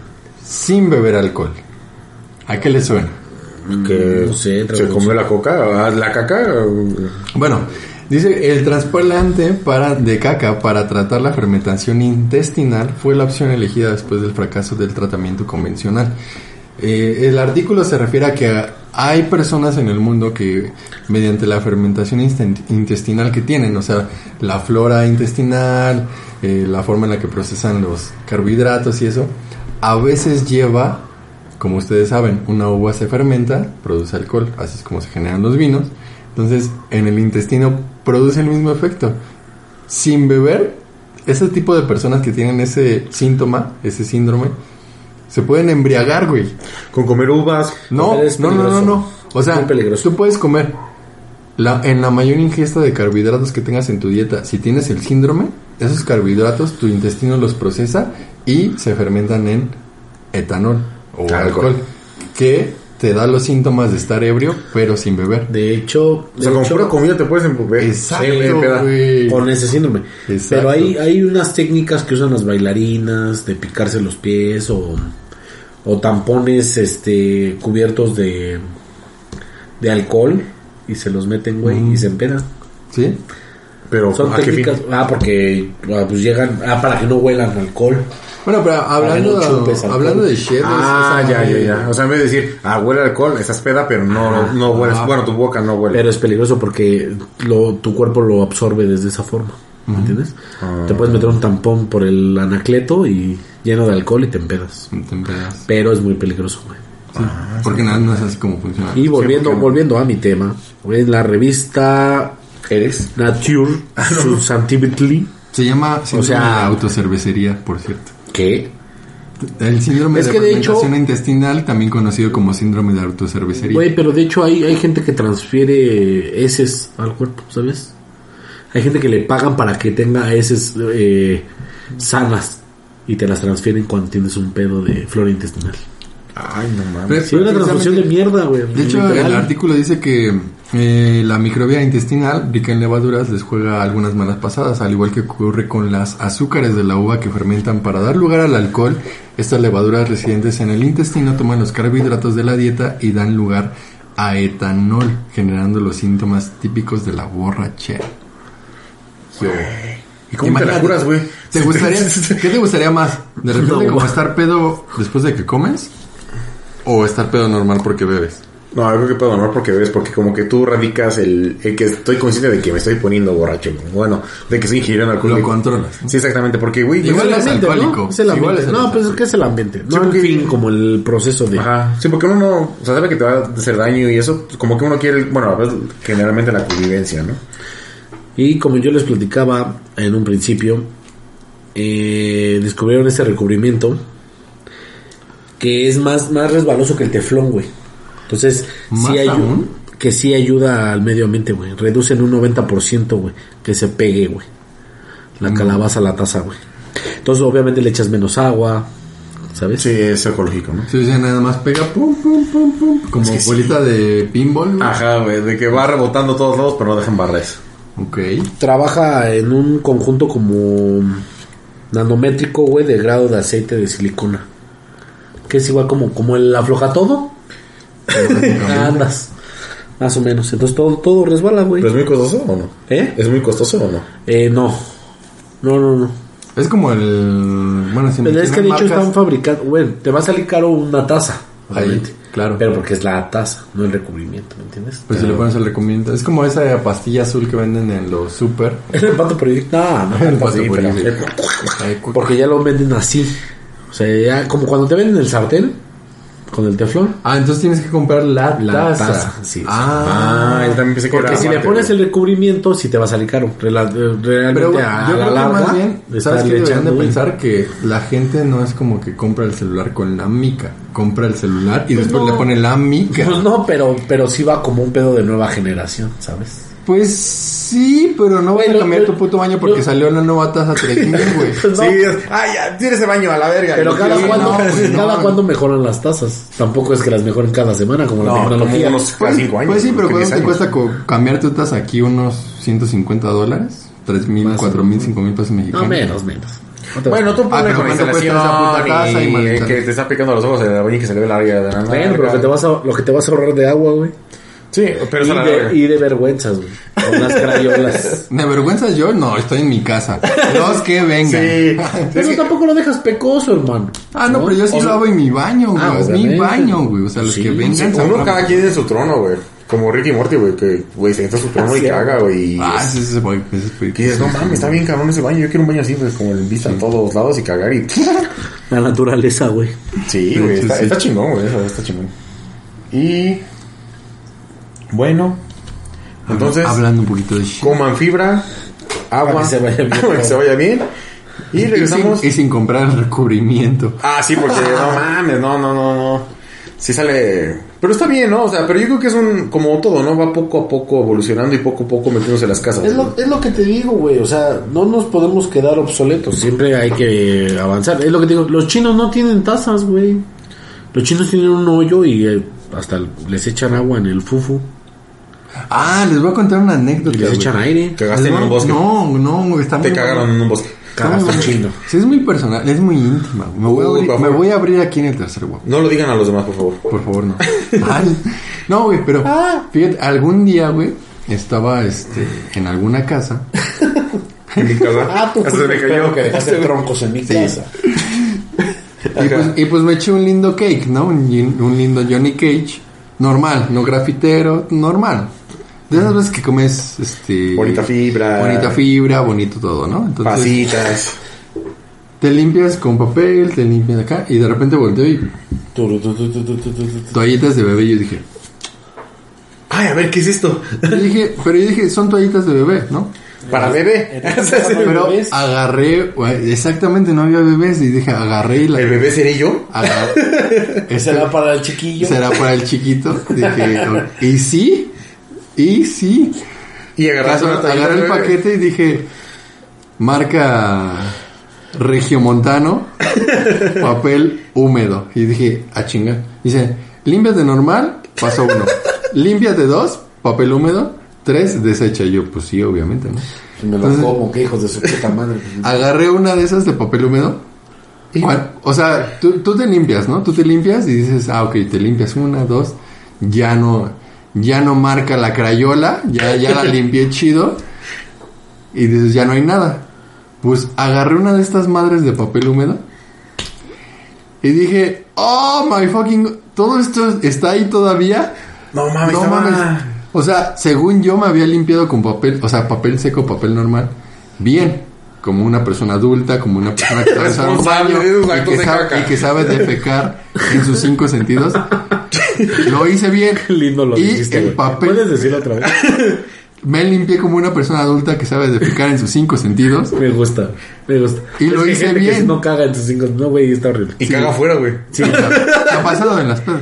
sin beber alcohol. ¿A qué le suena? Que No sé, se comió la coca, ah, la caca. Bueno, dice, el trasplante para, de caca para tratar la fermentación intestinal fue la opción elegida después del fracaso del tratamiento convencional. Eh, el artículo se refiere a que hay personas en el mundo que mediante la fermentación instent- intestinal que tienen, o sea, la flora intestinal, eh, la forma en la que procesan los carbohidratos y eso, a veces lleva, como ustedes saben, una uva se fermenta, produce alcohol, así es como se generan los vinos. Entonces, en el intestino produce el mismo efecto. Sin beber, ese tipo de personas que tienen ese síntoma, ese síndrome, se pueden embriagar, güey. Con comer uvas. No, Pero es no, no, no, peligroso. no. O Es sea, muy peligroso. tú puedes comer la, en la mayor ingesta de carbohidratos que tengas en tu dieta. Si tienes el síndrome, esos carbohidratos tu intestino los procesa y se fermentan en etanol o Alcohol. alcohol, que te da los síntomas de estar ebrio, pero sin beber. De hecho. O sea, de con hecho, pura comida te puedes empujar. Exacto, peda. güey. Con ese síndrome. Exacto. Pero hay, hay unas técnicas que usan las bailarinas de picarse los pies o, o tampones este cubiertos de, de alcohol y se los meten, güey, Mm. y se empedan. ¿Sí? Pero, Son ¿a qué fin? técnicas. Ah, porque ah, pues llegan. Ah, para que no huelan alcohol. Bueno, pero hablando, no chupes alcohol. hablando de Shed, Ah, esa ya, ya, madre- ya. O sea, en vez de decir, ah, huele a alcohol, estás peda, pero no, no hueles. Ah. Bueno, tu boca no huele. Pero es peligroso porque lo, tu cuerpo lo absorbe desde esa forma. ¿Me entiendes? Ah. Te puedes meter un tampón por el anacleto y lleno de alcohol y te empedas. Te empedas. Pero es muy peligroso, güey. Sí, porque nada, no es así como funciona. Y volviendo, porque- volviendo a mi tema, en la revista ¿Eres? Nature Scientifically, Se llama síndrome sea- de autocervecería, por cierto. ¿qué? El síndrome Es de que de hecho- fermentación intestinal, también conocido como síndrome de autocervecería. Güey, pero de hecho hay, hay gente que transfiere heces al cuerpo, ¿sabes? Hay gente que le pagan para que tenga heces eh, sanas y te las transfieren cuando tienes un pedo de flora intestinal. Ay, no mames. Pero- Sí, una transfusión de mierda, güey. De hecho, Literal. el artículo dice que eh, la microbia intestinal, rica en levaduras, les juega algunas malas pasadas, al igual que ocurre con las azúcares de la uva que fermentan para dar lugar al alcohol. Estas levaduras residentes en el intestino toman los carbohidratos de la dieta y dan lugar a etanol, generando los síntomas típicos de la borrachera. ¿Y cómo te la Imagínate, curas, güey? ¿Te gustaría, ¿Qué te gustaría más? ¿De repente No, como güey. estar pedo después de que comes? ¿O estar pedo normal porque bebes? No, yo creo que puedo normal porque ves, porque como que tú radicas el, el que estoy consciente de que me estoy poniendo borracho, güey. Bueno, de que estoy ingiriendo alcohol. Lo güey. controlas, ¿no? Sí, exactamente, porque, güey, Igual yo- es ambiente, alcohólico. ¿no? Es el Igual ambiente. es el No, alcohol. pues es que es el ambiente. No Sí, el porque- fin, como el proceso de... Ajá. Sí, porque uno no, o sea, sabe que te va a hacer daño y eso, como que uno quiere, bueno, a ver, generalmente la convivencia, ¿no? Y como yo les platicaba en un principio, eh, descubrieron ese recubrimiento que es más, más resbaloso que el teflón, güey. Entonces, ¿Más sí ayuda, aún? que sí ayuda al medio ambiente, güey. Reducen un noventa por ciento, güey, que se pegue, güey. La calabaza a la taza, güey. Entonces, obviamente le echas menos agua, ¿sabes? Sí, es ecológico, ¿no? Sí, o sea, nada más pega pum, pum, pum, pum. Como Es que bolita de pinball, güey. Ajá, güey, de que va rebotando todos lados, pero no dejan barres. Ok. Trabaja en un conjunto como nanométrico, güey, de grado de aceite de silicona. Que es igual como, como el afloja todo. Andas. Más o menos. Entonces todo, todo resbala, güey. ¿Pero es muy costoso o no? ¿Eh? ¿Es muy costoso o no? Eh, no. No, no, no. Es como el... Bueno, si Pero es que de hecho marcas... están fabricados. Güey, te va a salir caro una taza. Ahí, Obviamente. claro. Pero porque es la taza, no el recubrimiento, ¿me entiendes? Pues si le pones el recubrimiento. Es como esa pastilla azul que venden en los super. Es el pato por ahí. No, no, El no, pato sí, por pero- ahí, sí. Ahí, cu- porque ya lo venden así. O sea, ya como cuando te venden el sartén con el teflón. Ah, entonces tienes que comprar la, La taza. taza, sí, sí. Ah, Ah, yo también pensé que Porque era si le aparte, pones güey. el recubrimiento, sí te va a salir caro. Rela- eh, Realmente pero güey, a yo la creo que larga, más bien, ¿sabes estarle qué? Deberían de echando, güey. pensar que la gente no es como que compra el celular con la mica. Compra el celular y Pues después no. le pone la mica. Pues no, pero, pero sí va como un pedo de nueva generación, ¿sabes? Pues sí, pero no voy Güey, a lo- cambiar lo- tu puto baño porque lo- salió la nueva taza tres mil, güey. Pues no. Sí, es... Ah, ya, tira ese baño a la verga. Pero cada Sí, cuando, no, güey, cada no. cuando mejoran las tazas. Tampoco es que las mejoren cada semana como la No, como tecnología. unos Pues, cinco años. pues sí, pero diez ¿cuánto te años. cuesta co- cambiar tu taza aquí? ¿Unos ciento cincuenta dólares? ¿tres mil, Más o cuatro mil, cinco mil pesos mexicanos? No, menos, menos. No te Bueno, tú Ah, ponle pero con la ¿cuánto cuesta instalación esa puta taza y y maldita? que te está picando los ojos en el baño y que se le ve la área de la Bueno, pero lo que te vas a, lo que te vas a ahorrar de agua, güey. Sí, pero Y es a la de, verga. y de vergüenzas, güey. Con las crayolas. ¿De vergüenza yo? No, estoy en mi casa. Los que vengan. Sí. Pero tampoco lo dejas pecoso, hermano. Ah, no, pero yo sí O sea- lo hago en mi baño, güey. Ah, es mi obviamente. baño, güey. O sea, los Sí, que vengan... Sí, sabrán. uno cada quien en su trono, güey. Como Ricky Morty, güey, que, güey, se entra a su trono y Sí, caga, güey. y Ah, es- ese es ese güey. Ese es güey. Que dices, no mames, está bien cabrón ese baño. Yo quiero un baño así, pues, como el vista a todos lados y cagar y... La naturaleza, güey. Sí, güey, Sí, está, sí. está chingón, güey, eso está chingón. Y... Bueno... Entonces, Hablando un poquito de shit. coman fibra, agua, Para que se vaya bien. para que se vaya bien. Y regresamos... Y sin, y sin comprar el recubrimiento. Ah, sí, porque no mames, no, no, no, no. Sí sale... Pero está bien, ¿no? O sea, pero yo creo que es un... Como todo, ¿no? Va poco a poco evolucionando y poco a poco metiéndose en las casas. Es lo, es lo que te digo, güey. O sea, no nos podemos quedar obsoletos. Siempre hay que avanzar. Es lo que te digo. Los chinos no tienen tazas, güey. Los chinos tienen un hoyo y eh, hasta les echan agua en el fufu. Ah, les voy a contar una anécdota, Y les güey. echan aire. Cagaste Les en voy- un bosque. No, no, güey, está Te muy cagaron bueno. en un bosque. Cagaste en chino. Sí, es muy personal, es muy íntima. Me voy, a Uh, abrir, por me favor. voy a abrir aquí en el tercer guapo. No lo digan a los demás, por favor. Por favor, no. Ay, no, güey, pero fíjate, algún día, güey, estaba este en alguna casa. En mi casa. Ah, tú Hasta fuiste se me el perro cayó. que dejaste troncos en mi casa. Y pues, y pues me eché un lindo cake, ¿no? Un, gin- un lindo Johnny Cage. Normal, no grafitero, normal. De esas veces que comes, este... Bonita fibra. Bonita fibra, bonito todo, ¿no? Entonces, Pasitas. te limpias con papel, te limpias acá, y de repente volteo y Tu, tu, tu, tu, tu, tu, tu, tu. toallitas de bebé. Y yo dije, Ay, a ver, ¿qué es esto? yo dije, pero yo dije, son toallitas de bebé, ¿no? Para bebé. Pero bebés? agarré, güey, exactamente, no había bebés, y dije, agarré y la... ¿El bebé seré yo? agarré- Ese era para el chiquillo. será para el chiquito. Dije, y sí, y sí. Y agarraste Caso- una toallita agarré el de bebé. paquete y dije, marca Regiomontano, papel húmedo. Y dije, a chingar. Dice, límpiate normal, paso uno. Límpiate dos, papel húmedo. Tres, desecha. Y yo, pues sí, obviamente, ¿no? Me lo Entonces- como, que hijos de su puta madre. Agarré una de esas de papel húmedo. Bueno, o sea, tú, tú te limpias, ¿no? Tú te limpias y dices, ah, ok, te limpias una, dos, ya no, ya no marca la crayola, ya, ya la limpié chido. Y dices, ya no hay nada. Pues agarré una de estas madres de papel húmedo y dije, oh my fucking, todo esto está ahí todavía. No mames, No estaba- mames. O sea, según yo me había limpiado con papel, o sea, papel seco, papel normal, bien, como una persona adulta, como una persona que sabe usar un Responsable baño de esos y actos que, de sabe, caca. y que sabe defecar en sus cinco sentidos. Lo hice bien. Qué lindo lo y dijiste, el güey. papel, ¿Puedes decirlo otra vez? me limpié como una persona adulta que sabe defecar en sus cinco sentidos. Me gusta, me gusta. Y Es lo que hay hice gente que bien. no caga en sus cinco. No, güey, está horrible. Y caga afuera, güey. Sí, te ha pasado en las pedas.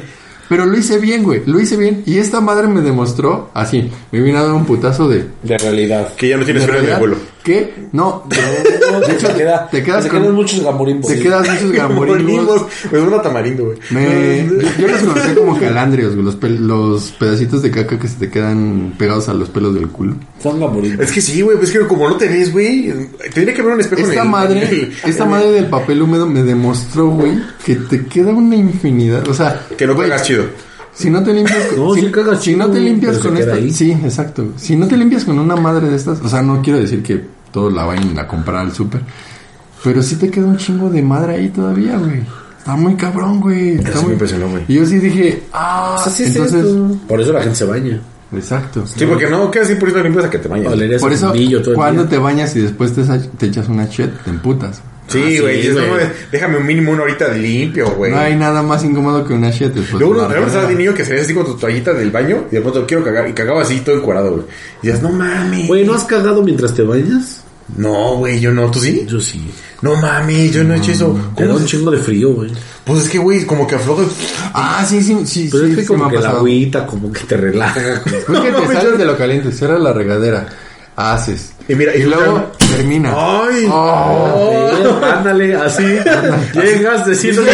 Pero lo hice bien, güey. Lo hice bien. Y esta madre me demostró, así, me vino a dar un putazo de... De realidad. Que ya no tienes de freno de realidad, vuelo. Que, no, No, de hecho, te, queda, te quedas te con... quedan muchos gamorimbos. Te Sí. quedas muchos gamorimbos. Me suena tamarindo, güey. Me, yo, yo los conocí como calandrios, güey. Los, pel- los pedacitos de caca que se te quedan pegados a los pelos del culo. Son gamorimbos. Es que sí, güey, pues es que como no te ves, güey, tendría que haber un espejo en Esta el- madre, en el- esta en el- madre del papel húmedo me demostró, güey, que te queda una infinidad. O sea, Que no güey, cagas chido. Si no te limpias con, No, si, sí cagas si no chido, te limpias pero se con queda esta, ahí. sí, exacto. Si no te limpias con una madre de estas, o sea, no quiero decir que todos la vayan a comprar al súper, pero sí te queda un chingo de madre ahí todavía, güey. Está muy cabrón, güey. Está Eso muy me impresionó, güey. Y yo sí dije, ah, Pues así es entonces, esto. Por eso la gente se baña. exacto. Sí, porque no, queda cien por ciento limpio hasta que te bañas. Olerías Por a eso, fundillo todo el cuando día. te bañas y después te, sa- te echas una chet, te emputas. Sí, Ah, sí, güey, dices, güey. no, déjame un mínimo una horita de limpio, güey. No hay nada más incómodo que una chet después. Luego, de ¿no una estaba de regadera. niño que salías así con tu toallita del baño y de pronto quiero cagar y cagaba así todo encuadrado, güey. Y dices, no mames. Güey, ¿no has cagado mientras te bañas? No, güey, yo no, ¿tú sí? Yo sí. No mames, yo no he hecho eso. Te da ¿Cómo? un chingo de frío, güey. Pues es que, güey, como que afloja. Ah, sí, sí, sí. Pero sí, es que sí como me ha que la pasado. agüita como que te relaja. Pues que No, te mames, sales yo- de lo caliente, cierras la regadera, haces. Y mira, y luego termina. ¡Ay! Oh. Sí, ándale, así. Llegas diciéndole...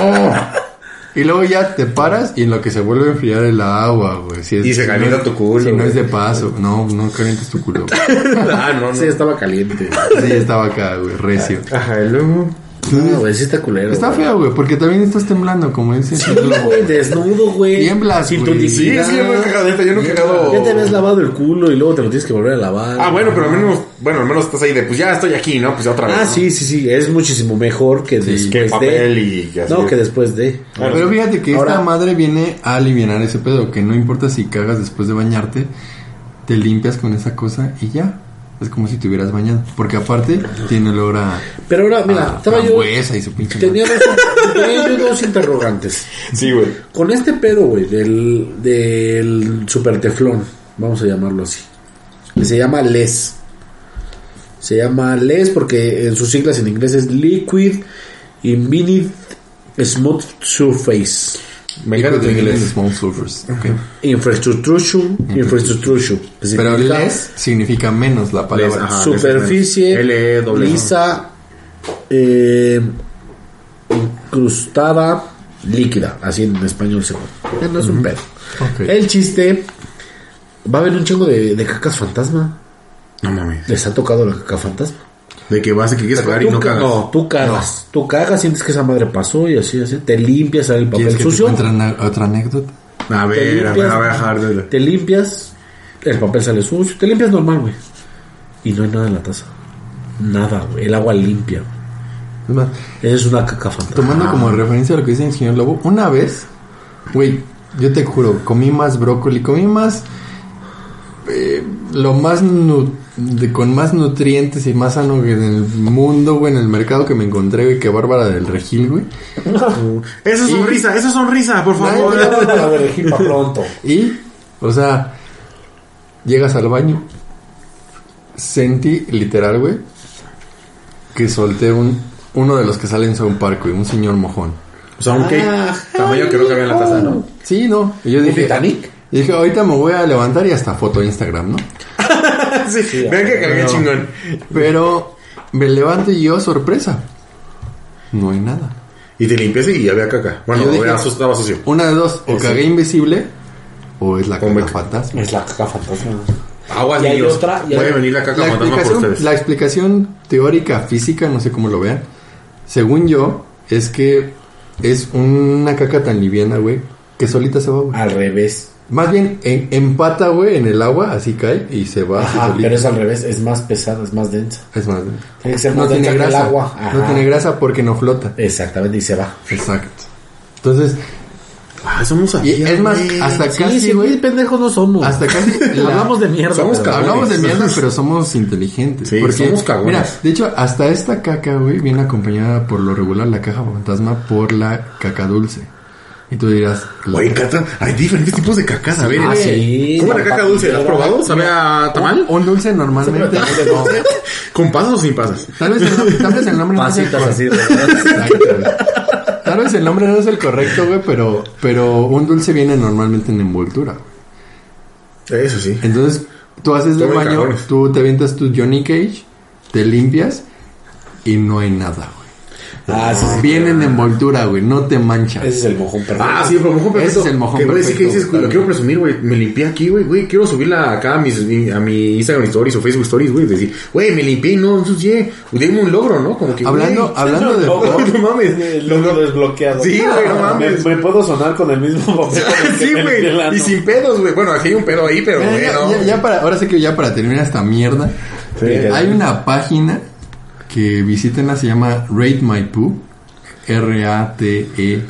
Y luego ya te paras y en lo que se vuelve a enfriar el agua, güey. Si es- Y se si calienta no es- tu culo, Si no güey. es de paso. No, no calientes tu culo. Ah, no, no. Sí, estaba caliente. Sí, estaba acá, güey, recio. Ajá, y luego. No, güey, sí está culero. Está güey. feo, güey, porque también estás temblando, como dice. Sí, güey, desnudo, güey. Tiemblas, Sin tu güey. Sí, dignidad. es que yo no he cagado, neta, yo no he cagado. Ya te habías lavado el culo y luego te lo tienes que volver a lavar. Ah, bueno, pero al menos, bueno, al menos estás ahí de, pues ya estoy aquí, ¿no? Pues ya otra vez. Ah, ¿no? sí, sí, sí. Es muchísimo mejor que Sí, después Que de... papel y que así. No, que después de. Claro. Pero fíjate que Ahora- esta madre viene a aliviar ese pedo, que no importa si cagas después de bañarte, te limpias con esa cosa y ya. Es como si te hubieras bañado. Porque aparte tiene olor a... Pero ahora, mira, a estaba yo... frambuesa y su pinche madre. Tenía dos, tenía yo dos interrogantes. Sí, güey. Con este pedo, güey, del, del super teflón, vamos a llamarlo así, que se llama L E S. Se llama L E S porque en sus siglas en inglés es Liquid Infinite Smooth Surface Me encanta tu inglés. Small surface. Ok. Infrastructure. Infrastructure. que Pero significa less significa menos la palabra. Less, ajá. superficie L E S. lisa, eh, incrustada, líquida. Así en español se pone. No es un pedo. Ok. El chiste. Va a haber un chingo de, de cacas fantasma. No mames. ¿Les ha tocado la caca fantasma? De que vas y que quieres cagar y Tú no ca- cagas. No, tú cagas. Tú cagas, sientes que esa madre pasó y así, así. Te limpias, sale el ¿Quieres papel que te sucio. cuente una- otra anécdota? A Te ver, a ver, limpias, a ver, a dejar de... te limpias, el papel sale sucio. Te limpias normal, güey. Y no hay nada en la taza. Nada, güey. El agua limpia. Es más, Esa es una caca fantasma. tomando como referencia lo que dice el señor Lobo, una vez, güey, yo te juro, comí más brócoli, comí más, eh, lo más, nu- de, con más nutrientes y más sano que en el mundo, güey, en el mercado que me encontré, güey, que Bárbara del Regil, güey. Esa Y- sonrisa, esa sonrisa, por favor. A ver, equipa pronto. Y, o sea, llegas al baño, sentí literal, güey, que solté un uno de los que salen en South Park, güey, un señor mojón. O sea, un cake Ah, tamaño que no cabía en la taza, ¿no? Sí, no. Y yo dije, Titanic? y dije, ahorita me voy a levantar y hasta foto Instagram, ¿no? Sí, vean que cagué Pero- chingón. Pero me levanto y yo, sorpresa, no hay nada. Y te limpias y había caca. Bueno, Yo dije- era su- estaba sucio. Una de dos, o Ese. cagué invisible o es la caca Hombre. fantasma. Es la caca fantasma. Aguas, Y hay niños. otra, y hay- Puede venir la caca La fantasma por explicación, ustedes. la explicación teórica, física, no sé cómo lo vean, según yo, es que es una caca tan liviana, güey, que solita se va, güey. Al revés. Más bien, en- empata, güey, en el agua, así cae y se va. así Ajá, solita. pero es al revés. Es más pesada, es más densa. Es más, Tiene que ser no más tiene densa que el grasa. agua. Ajá. No tiene grasa porque no flota. Exactamente, y se va. Exacto. Entonces, Ah, somos y es más, hasta Sí, casi, sí, güey, güey, pendejos no somos. hasta casi la- Hablamos de mierda. Somos pero- cagones. Hablamos de mierda, pero somos inteligentes. Sí, porque, somos cagones. Mira, de hecho, hasta esta caca, güey, viene acompañada por lo regular la caja fantasma por la caca dulce. Y tú dirás, la- Güey, cata, hay diferentes tipos de cacas. A ver, Ah, eh, sí. ¿cómo la caca dulce? ¿La has probado? ¿Sabe a tamal? un dulce normalmente. no. ¿Con pasas o sin pasas? Tal vez el, tal vez el nombre no sea Pasitas con- así. ¿verdad? Exacto, güey. Tal vez el nombre no es el correcto, güey, pero, pero un dulce viene normalmente en envoltura. Eso sí. Entonces, tú haces el baño, cajones. Tú te avientas tu Johnny Cage, te limpias y no hay nada, güey. Ah, sí, sí, viene en envoltura, güey, no te manchas. Ese es el mojón perfecto. Ah, sí, pero mojón perfecto. Ese es el mojón que, güey, perfecto. Sí, que dices, lo quiero presumir, güey. Me limpié aquí, güey, güey. Quiero subirla acá a, mis, a mi Instagram Stories o Facebook Stories, güey. Decir, güey, me limpié y no ensucié. Dime un logro, ¿no? Como que, hablando, güey, hablando de... No, no mames. El logro desbloqueado. Sí, güey, no mames. Me, me puedo sonar con el mismo papel. Sí, güey. Y sin pedos, güey. Bueno, aquí hay un pedo ahí, pero, güey, ya, no. Ya, ya para, ahora sí que ya para terminar esta mierda. Sí, hay una página que visítenla, se llama Rate My Poop. R A T E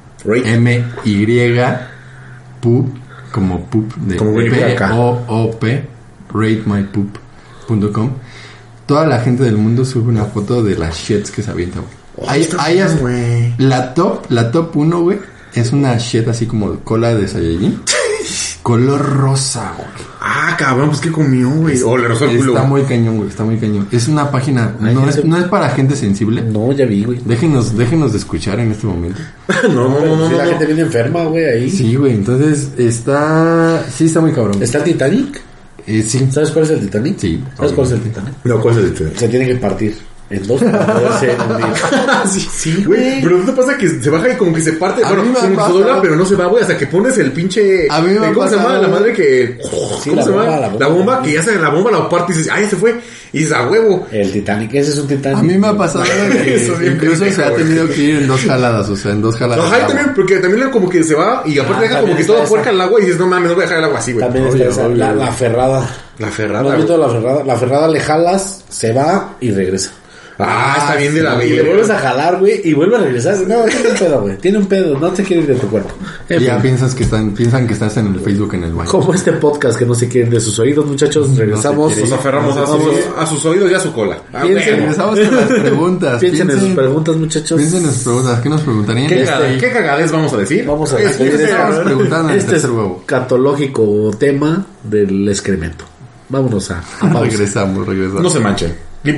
M Y Poop, como poop de P O O P, rate my poop punto com. Toda la gente del mundo sube una foto de las shits que se avientan. Oh, hay, hay as, la top, la top uno, güey, es una shit así como cola de Saiyajin. Color rosa, güey. Ah, cabrón, pues ¿qué comió, güey? Oh, le rozó el culo. Está muy cañón, güey, está muy cañón. Es una página, no es, no es para gente sensible. No, ya vi, güey. Déjenos, déjenos de escuchar en este momento. no, no, no, no. Si no, la no. gente viene enferma, güey, ahí. Sí, güey, entonces está... Sí, está muy cabrón. ¿Está el Titanic? Eh, sí. ¿Sabes cuál es el Titanic? Sí. ¿Sabes cuál es el Titanic? No, ¿cuál es el Titanic? Se tiene que partir en dos para poderse hundir. Sí, sí, güey. Pero ¿no te pasa que se baja y como que se parte? A Bueno, mí me como que ha se dobla, pasado. pero no se va, güey. Hasta que pones el pinche... A mí me ha ¿Cómo se llama pasado, la madre que... Sí, ¿Cómo la se llama? bomba, la La bomba. bomba, que ya se la bomba la parte y dices, ¡ay, se fue! Y dices, ¡a huevo! El Titanic, ese es un Titanic. A mí me ha pasado que Eso es bien incluso pendejo, se ha güey. tenido que ir en dos jaladas, o sea, en dos jaladas. Ajá, y también, porque también como que se va y aparte Ah, deja como también que está todo esa. puerca el agua y dices, no mames, no voy a dejar el agua así, güey. También está Obvio, esa, obvio, la, obvio. la ferrada. La ¿No ferrada. has visto güey. la ferrada? La ferrada le jalas, se va y regresa. Ah, está bien de la Y le vida. vuelves a jalar, güey, y vuelve a regresar. No, tiene un pedo, güey. Tiene un pedo. No te quiere ir de tu cuerpo. En Y ya fin. piensas que están, piensan que estás en el Facebook en el baño. Como este podcast que no se quiere ir de sus oídos, muchachos. Regresamos. quiere ir. Nos aferramos a Vamos. sus, a sus oídos y a su cola. Ah, Piensen, bueno. Regresamos con las preguntas. Piensen en sus preguntas, muchachos. Piensen en sus preguntas. ¿Qué nos preguntarían? ¿Qué, Este, caga- ¿Qué cagadez vamos a decir? Vamos a ¿Qué- decir, qué- qué- estamos qué- preguntando en el Este es tercer huevo. catológico tema del excremento. Vámonos a, a pausa. Regresamos, regresamos. No se manchen. Limpia.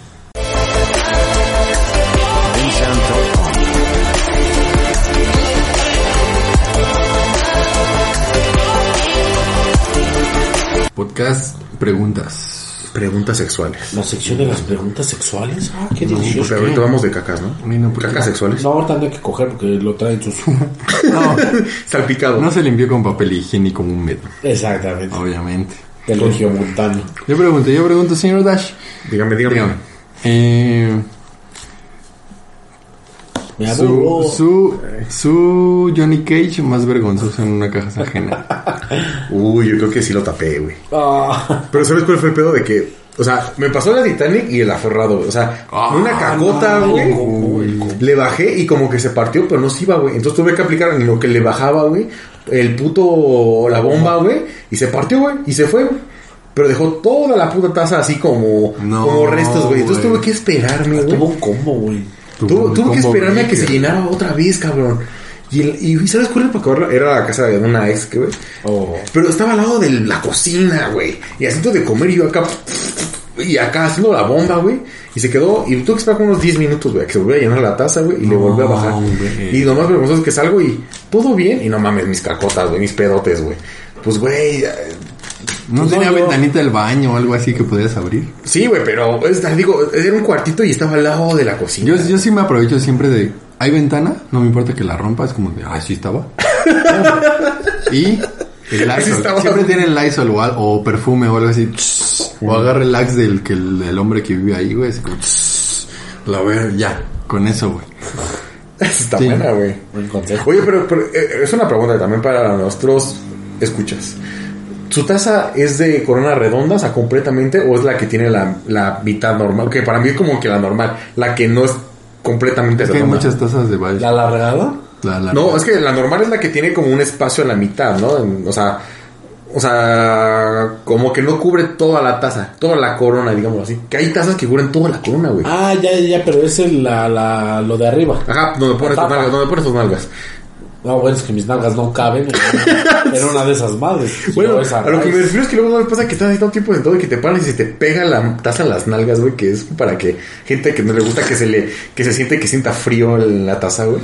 Podcast preguntas. Preguntas sexuales. La sección de las preguntas sexuales. Ah, qué Porque delicioso. ahorita vamos de cacas, ¿no? Ay, no, porque- Cacas sexuales. No, ahorita no hay que coger porque lo traen sus. No, Salpicado. no se limpió con papel higiénico un metro, Exactamente. obviamente. Del regiomontano. Yo pregunto, yo pregunto, señor Dash. Dígame, dígame. Dígame. Eh, Me su, aburro. su, su Johnny Cage más vergonzoso en una caja ajena. Uy, yo creo que sí lo tapé, güey. Ah, Pero ¿sabes cuál fue el pedo de que... O sea, me pasó la Titanic y el aferrado, güey. O sea, Ah, una cagota, no, güey. güey. Le bajé y como que se partió, pero no se iba, güey. Entonces tuve que aplicar en lo que le bajaba, güey. El puto... La bomba, güey. Y se partió, güey. Y se fue, güey. Pero dejó toda la puta taza así como... No, como restos, güey. Entonces güey. tuve que esperarme, güey. tuvo un combo, güey. Tuve, un tuve que combo esperarme a que se breaker. llenara otra vez, cabrón. Y, el, y ¿sabes cuál era para acabarla? Era la casa de una ex, que, güey. Oh. Pero estaba al lado de la cocina, güey. Y haciendo de comer y yo acá... Y acá haciendo la bomba, güey. Y se quedó... Y tuve que esperar como unos diez minutos, güey. Que se volvió a llenar la taza, güey. Y le No, volvió a bajar. güey. Y lo más vergonzoso es que salgo y... Todo bien. Y no mames, mis cacotas, güey. Mis pedotes, güey. Pues, güey... eh, ¿No Pues tenía no, yo- ventanita del baño o algo así que pudieras abrir? Sí, güey. Pero... Es, digo, era un cuartito y estaba al lado de la cocina. Yo, yo sí me aprovecho siempre de... ¿Hay ventana? No me importa que la rompa. Es como de... Ah, sí estaba. Y... El Así Lysol. estaba. Siempre tiene el Lysol o, al- o perfume o algo así. O agarra el Axe del, que el, del hombre que vive ahí, güey. Así como... La veo ya. Con eso, güey. Está Sí. buena, güey. Buen consejo. Oye, pero, pero, eh, es una pregunta también para nuestros escuchas. ¿Su taza es de corona redonda, o sea, completamente, o es la que tiene la, la mitad normal? Que para mí es como que la normal, la que no es completamente Es que hay redonda. muchas tazas de baile. ¿La alargada? La, la- No, es que la normal es la que tiene como un espacio a la mitad, ¿no? En- O sea, o sea, como que no cubre toda la taza, toda la corona, digamos así. Que hay tazas que cubren toda la corona, güey. Ah, ya, ya, ya, pero es el, la, la, lo de arriba. Ajá, donde pones La tus tapa. nalgas, donde pones tus nalgas. No, bueno, es que mis nalgas no caben en una, en una de esas madres. Bueno, No, esa a lo que raíz. me refiero es que luego no me pasa que estás ahí todo el tiempo sentado y que te paras y se te pega la taza en las nalgas, güey, que es para que gente que no le gusta que se le, que se siente que sienta frío en la taza, güey.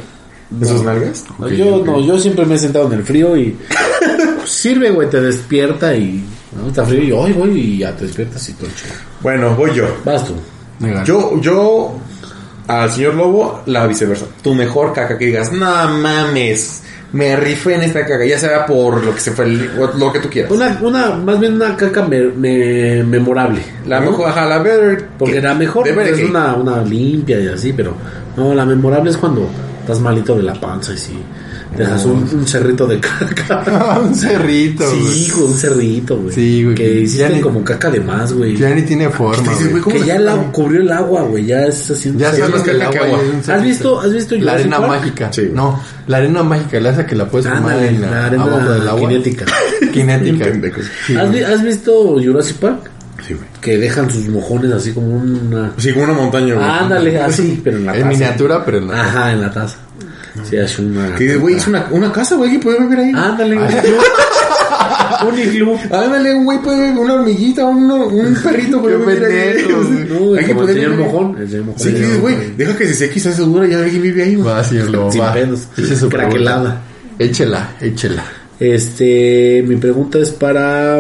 ¿De sus nalgas? No, Okay, yo okay. no, yo siempre me he sentado en el frío y sirve, güey, te despierta y no está frío y hoy voy y ya te despiertas y todo chido. Bueno, voy yo. Vas tú. Legal. Yo, yo, al señor Lobo, la viceversa. Tu mejor caca que digas, no mames, me rifé en esta caca, ya sea por lo que se fue, el- o lo que tú quieras. Una, una, más bien una caca me, me- memorable. La ¿no? mejor, ajá, la better. Porque la mejor de pues, Better es Cake. una, una limpia y así, pero no, la memorable es cuando estás malito de la panza y sí, dejas un, un cerrito de caca. Un cerrito, Sí, güey. hijo, un cerrito, güey. Sí, güey, Que que hiciste ya ni- como caca de más, güey. Ya ni tiene forma, dices, güey. güey, ¿cómo Que se ya el llama? agua, cubrió el agua, güey. Ya es así. un Ya cerrito. sabes más que el caca que agua agua. ya es un ¿Has cerrito. visto, has visto La Jurassic arena Park? mágica. Sí. No, la arena mágica, la esa que la puedes fumar Ándale, en la la, arena abajo del agua. cinética. Cinética. Pendejos. Sí, ¿Has, vi- güey. has visto Jurassic Park? Sí, güey. Que dejan sus mojones así como una... Sí, como una montaña, güey. Ándale, así, pero en la En taza. miniatura, pero en la taza. Ajá, en la taza. Sí, es una... Que dices, güey, es una, una casa, güey, que puede beber ahí. Ándale, un iglú. Un iglú. Ándale, un güey puede beber, una hormiguita, un, un perrito puede Qué beber ahí. pendejo, güey. No, Hay que como el poder señor beber. mojón. El señor mojón. Sí, que dices, güey, deja que se seque y se hace dura, ya alguien vive ahí, güey. Va, señor Lobo, Sin va. pedos. Eche su Craquelada. pregunta. Échela, échela. Este, mi pregunta es para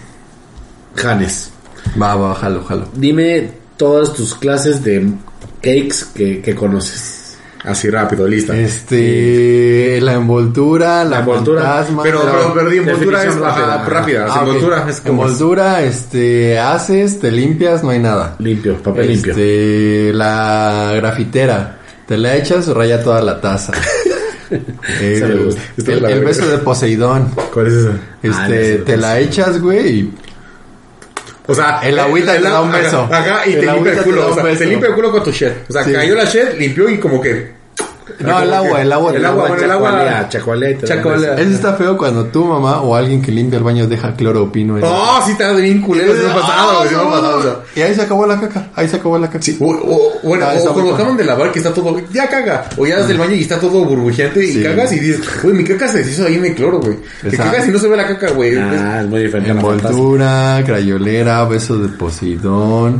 Janes. Va, va, jalo, jalo. Dime todas tus clases de cakes que, que conoces. Así rápido, lista. Este, la envoltura, la, La envoltura. fantasma. Pero, pero, pero di envoltura es definición ajá, rápida. rápida. Ah, ok. Envoltura es como... Envoltura, este, haces, te limpias, no hay nada. Limpio, papel limpio. Este, la grafitera, te la echas, raya toda la taza. Esa me el, gusta. Esta el- es la el verga. beso de Poseidón. ¿Cuál es esa? Este, Ah, el beso de te la echas, güey, y O sea, El agüita te da un ajá, beso. Ajá, y El te limpia agüita el te culo. da O un sea, beso. te limpia el culo con tu shit. O sea, Sí. cayó la shit, limpió y como que... no, como el que- agua, el agua, El el agua, agua. bueno, el agua... Chacualea, chacualea y te da Chacualea. un beso. Eso está feo cuando tu mamá o alguien que limpia el baño deja cloropino en Oh, sí, está bien culero. Sí me ha pasado, güey, sí me ha pasado. o sea. Y ahí se acabó la caca, ahí se acabó la caca. Sí, o, o, bueno, Ah, o está cuando muy acaban de lavar que está todo, ya caga, o ya das del baño y está todo burbujeante y Sí. cagas y dices, güey, mi caca se deshizo ahí en el cloro, güey. Que Exacto. cagas y no se ve la caca, güey. Ah, es muy diferente a la fantasma. Envoltura, crayolera, beso de Poseidón,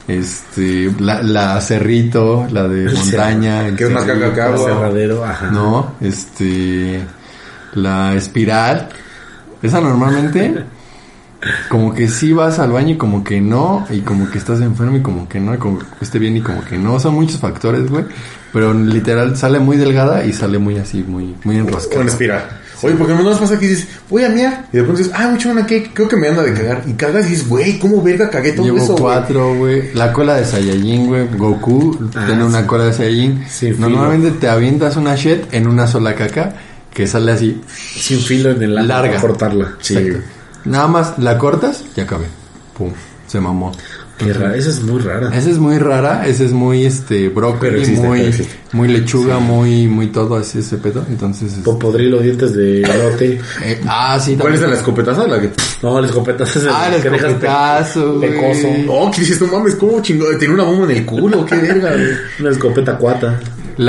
este, la, la cerrito, la de montaña, el Que es más cerrito, caca que agua. Cerradero, ajá. no, este, la espiral, esa normalmente, como que sí vas al baño y como que no, y como que estás enfermo y como que no, y como que esté bien y como que no, son muchos factores, güey, pero literal sale muy delgada y sale muy así, muy, muy enroscada. Con espiral. Oye, porque no nos pasa que dices, voy a miar, y de pronto dices, ah, me eché una cake, creo que me anda de cagar. Y cagas y dices, güey, ¿cómo verga cagué todo Llevo eso, güey? cuatro, güey. La cola de Saiyajin, güey. Goku Ah, tiene una sí. cola de Saiyajin. Sin filo. Normalmente te avientas una shit en una sola caca que sale así. Sin filo en el agua Larga. para cortarla. Sí, Exacto. Nada más la cortas, ya acabé. Pum, se mamó. Qué rara, esa es muy rara. Esa es muy rara, esa es muy este Pero brócoli, existe, muy, pero existe. muy lechuga, muy, muy todo así ese pedo. Entonces, es- Popodrilo, dientes de elote. eh, ah, sí, ¿Cuál es también. la escopetaza? La que... No, el escopetazo es el Ah, el que dejas pe- escopetazo, güey. pecoso. Oh, que dices, no mames, ¿cómo chingón? Tiene una bomba en el culo, qué verga, güey. Una escopeta cuata.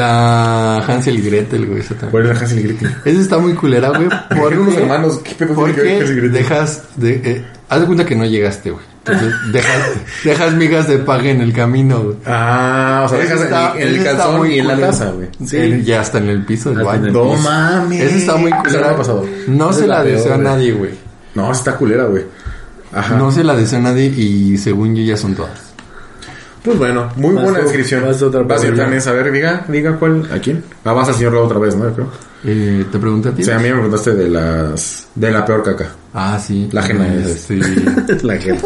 La Hansel y Gretel, güey, esa también. ¿Cuál es la Hansel y Gretel? Esa está muy culera, güey. Porque unos Porque, hermanos, ¿qué pedo tiene que ver porque Hansel y Gretel? dejas de... Eh, haz de cuenta que no llegaste, güey. Entonces, dejas, dejas migas de paga en el camino, güey. Ah, o sea, Esa dejas está- en el, en el esa está calzón muy y en la culera. taza, güey. En- ya hasta en el piso del Hasta en baño. el No piso. mames. Esa está muy Esa no culera. me ha pasado. No Esa se es la, la deseo peor, a güey. nadie, güey. No, está culera, güey. Ajá. No se la deseo a nadie y según yo ya son todas. Pues bueno, muy Vas buena tú, descripción. vas otra Vas pregunta. Planes, a ver, diga, diga cuál, ¿a quién? Ah, vas al señor Lobo otra vez, ¿no? Yo creo. Eh, ¿Te pregunté a ti? O sea, a mí me preguntaste de las, de la peor caca. Ah, sí. La ajena es. Este, La gente.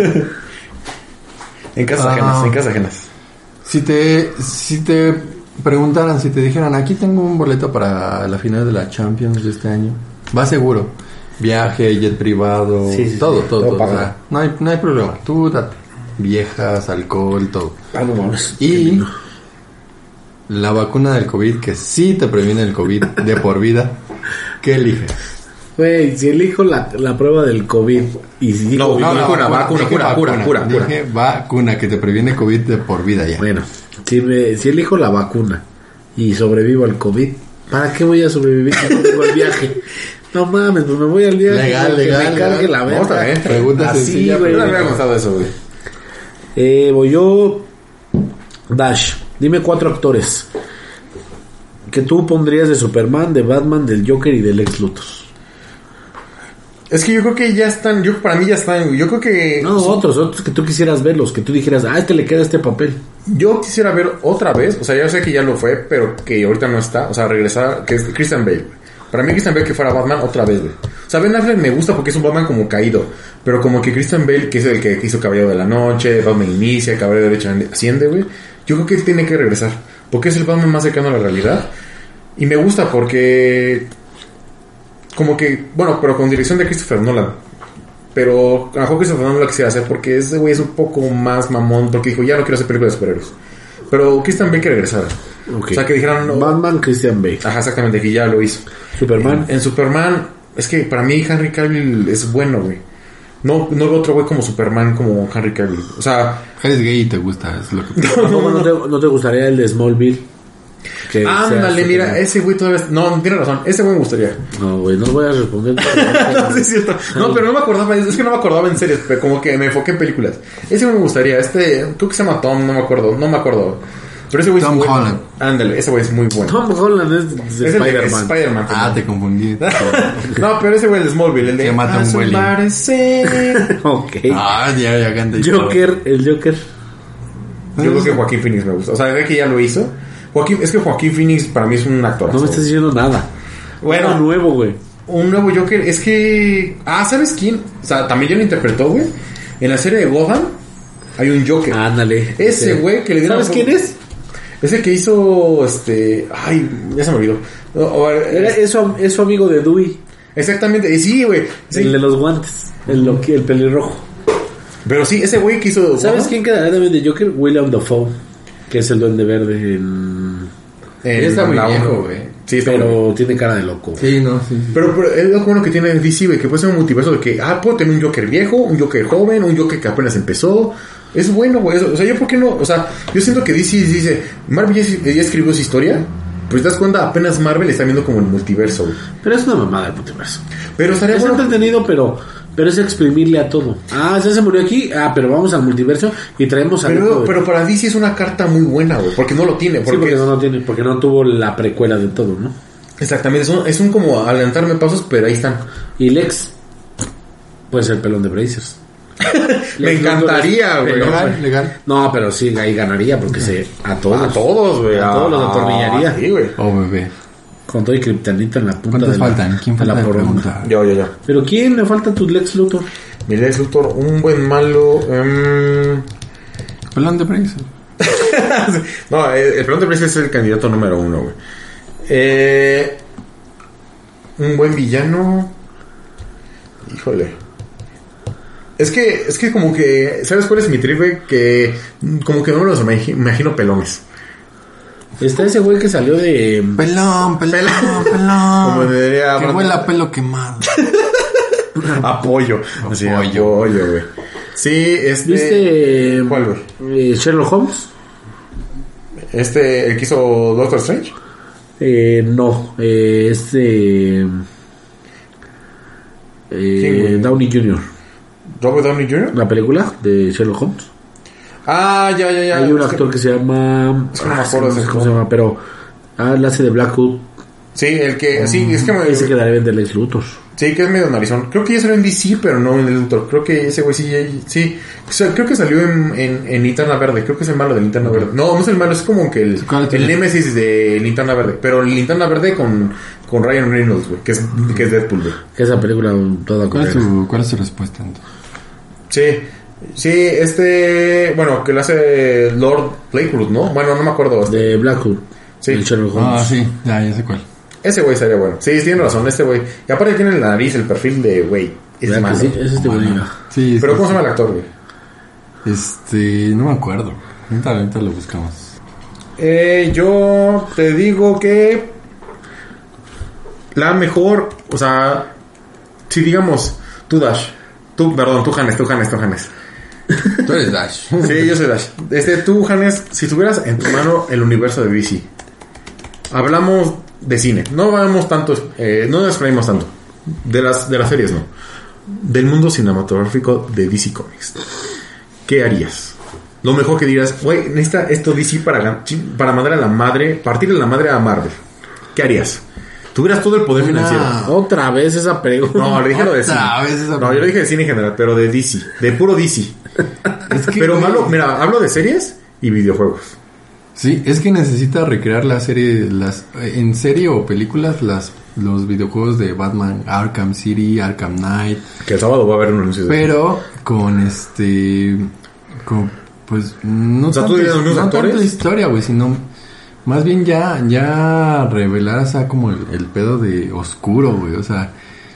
En casas Ah. ajenas, en casas ajenas. Si te, si te preguntaran, si te dijeran, aquí tengo un boleto para la final de la Champions de este año, va seguro. Viaje, jet privado, Sí, sí, todo, sí, todo, todo todo. pagado. O sea, no hay, no hay problema. Tú date. Viejas, alcohol, todo. Ah, no mames. Y la vacuna del COVID, que sí te previene el COVID de por vida, ¿qué eliges? Güey, si elijo la, la prueba del COVID y si digo, No, no, vacuna, vacuna, dije cura, cura, cura, cura. Dije vacuna que te previene COVID de por vida ya. bueno, si, me, si elijo la vacuna y sobrevivo al COVID, ¿para qué voy a sobrevivir si no tengo el viaje? No mames, pues me voy al viaje. Legal, que legal, me cargue legal. la No, verga. está bien. Pregunta Así, sencilla, güey. No me había gustado eso, güey. Eh, voy yo. Dash, dime cuatro actores. que tú pondrías de Superman, de Batman, del Joker y del Lex Luthor. Es que yo creo que ya están, yo para mí ya están, yo creo que... No, otros, otros que tú quisieras verlos, que tú dijeras, ah, este le queda este papel. Yo quisiera ver otra vez, o sea, ya sé que ya lo fue, pero que ahorita no está, o sea, regresar, que es Christian Bale. Para mí Christian Bale que fuera Batman otra vez, güey. O sea, Ben Affleck me gusta porque es un Batman como caído, pero como que Christian Bale, que es el que hizo Caballero de la Noche, Batman Inicia, Caballero de Derecha Asciende, güey. Yo creo que él tiene que regresar, porque es el Batman más cercano a la realidad. Y me gusta porque... Como que, bueno, pero con dirección de Christopher Nolan. Pero a lo mejor Christopher Nolan lo quisiera hacer porque ese güey es un poco más mamón. Porque dijo, ya no quiero hacer películas de superhéroes. Pero Christian Bale que regresara. Okay. O sea, que dijeran... No, Batman, Christian Bale. Ajá, exactamente, que ya lo hizo. Superman. En, en Superman, es que para mí Henry Cavill es bueno, güey. No, no veo otro güey como Superman como Henry Cavill. O sea... Eres gay y te gusta, es lo que... no, no, no, te, ¿No te gustaría el de Smallville? Ándale, mira, ese güey todavía... No, tiene razón, ese güey me gustaría. No, güey, no voy a responder. No, sí es cierto. No, pero no me acordaba, es que no me acordaba en series, pero como que me enfoqué en películas. Ese güey me gustaría, este, creo que se llama Tom, no me acuerdo, no me acuerdo. Pero ese güey Tom es muy Holland. Ándale, ese güey es muy bueno. Tom Holland es de Es el de Spider-Man. Spider-Man. Ah, te confundí. No, pero ese güey es Smallville, el de... Que mata un güey. Ok. Ah, ya, ya canta. Joker, el Joker. Yo creo que Joaquín Phoenix me gusta. O sea, ve que ya lo hizo. Joaquín, es que Joaquín Phoenix para mí es un actor. No me estás diciendo nada. Bueno, Uno nuevo, güey. Un nuevo Joker. Es que... Ah, ¿sabes quién? O sea, también ya lo interpretó, güey. En la serie de Gotham hay un Joker. Ándale. Ese güey que le dieron... ¿Sabes quién es? Es el que hizo... Este... Ay, ya se me olvidó. O- o- Era, es, su, es su amigo de Dewey. Exactamente. eh, Sí, güey. Sí. El de los guantes. El, lo que- el pelirrojo. Pero sí, ese güey que hizo... ¿Sabes Gotham, quién quedaría también de Joker? William Dafoe. Que es el Duende Verde en... en Ya está muy la viejo, uno. güey. Sí, está muy viejo. Pero tiene cara de loco. Sí, no, sí. sí. Pero, pero es lo bueno que tiene D C, güey, que puede ser un multiverso de que, ah, puedo tener un Joker viejo, un Joker joven, un Joker que apenas empezó. Es bueno, güey. O sea, yo, ¿por qué no? O sea, yo siento que D C dice, Marvel ya, ya escribió su historia, pues te das cuenta, apenas Marvel está viendo como el multiverso, güey. Pero es una mamada el multiverso. Pero estaría Es bueno. entretenido, pero... Pero es exprimirle a todo. Ah, ya se murió aquí. Ah, pero vamos al multiverso y traemos a... Pero, pero para D C es una carta muy buena, güey, porque no lo tiene. Porque, Sí, porque no lo tiene, porque no tuvo la precuela de todo, ¿no? Exactamente, es un, es un como adelantarme pasos, pero ahí están. Y Lex, pues el pelón de Brazers. Me encantaría, güey. Legal, legal. No, pero sí, ahí ganaría porque se... A todos. A todos, güey. A todos los atornillaría. Sí, güey. Oh, bebé. Con todo y kriptonita en la punta ¿Cuántos de la, faltan? ¿Quién de la falta de poronga. preguntar? Yo, yo, yo. ¿Pero quién le falta tu Lex Luthor? Mi Lex Luthor, un buen malo. Um... Pelón de Bracer. no, el, el pelón de Bracer es el candidato número uno, güey. Eh, un buen villano. Híjole. Es que, es que como que, ¿sabes cuál es mi trip, güey? Que como que no me los imagi- imagino pelones. Está ese güey que salió de... Pelón, pelón, Como pelón. diría Que Brandon- huele a pelo quemado. Apoyo. Así, Apoyo. apoyo, güey. Sí, este... ¿Viste ¿Cuál, güey? eh, Sherlock Holmes? Este, el que hizo Doctor Strange. Eh, no, eh, este... ¿Quién, Eh, güey? Downey junior Robert Downey junior La película de Sherlock Holmes. Ah, ya, ya, ya. Hay un Es que- actor que se llama... es que no me ah, acuerdo no sé ese cómo actor. se llama, pero... Ah, la hace de Blackwood. Sí, el que... Sí, es que... me- Ese quedaría bien de Lex Luthor. Sí, que es medio narizón. Creo que ya salió en D C, pero no en el Luthor. Creo que ese güey sí, sí. O sea, creo que salió en, en, en Linterna Verde. Creo que es el malo de Linterna Verde. No, no es el malo, es como que el, ¿Cuál el tiene? Némesis de Linterna Verde. Pero Linterna Verde con, con Ryan Reynolds, güey, que es, que es Deadpool, güey. Que esa película toda ¿Cuál es correcta. tu, cuál es tu respuesta, entonces? Sí, sí, este... Bueno, que lo hace Lord Blackwood, ¿no? Bueno, no me acuerdo. Este. De Blackwood. Sí. De Sherlock Holmes. Ah, sí, ya, ya sé cuál. Ese güey sería bueno. Sí, tiene razón, este güey. Y aparte tiene la nariz, el perfil de güey. Es ¿Verdad que malo. sí? Es este güey. Sí, Pero sí, ¿cómo se sí. llama el actor, güey? Este, no me acuerdo. Ahorita, ahorita lo buscamos. Eh, yo te digo que la mejor, o sea, si digamos, tú Dash, tú, perdón, tú Hannes, tú Hannes, tú Hannes. Tú eres Dash. Sí, yo soy Dash. Este, tú Hannes, si tuvieras en tu mano el universo de D C, hablamos de cine, no vamos tanto, eh, no nos extraímos tanto, de las, de las series, no, del mundo cinematográfico de D C Comics. ¿Qué harías? Lo mejor que dirás, güey, necesita esto D C para, gan- para mandar a la madre, partirle la madre a Marvel. ¿qué harías? Tuvieras todo el poder Una- financiero. Otra vez esa pregunta. No, le dije lo de cine. Otra vez esa No, yo pregunta. le dije de cine en general, pero de D C. De puro D C. Es que, Pero güey, hablo, mira, hablo de series y videojuegos. Sí, es que necesita recrear la serie, las en serie o películas, las los videojuegos de Batman, Arkham City, Arkham Knight, Que el sábado va a haber un anuncio de pero con este, con, pues no O sea, ¿tú tanto, dirías unos no actores? tanto historia, güey, sino más bien ya, ya revelar, o sea, como el, el pedo de oscuro, güey, o sea,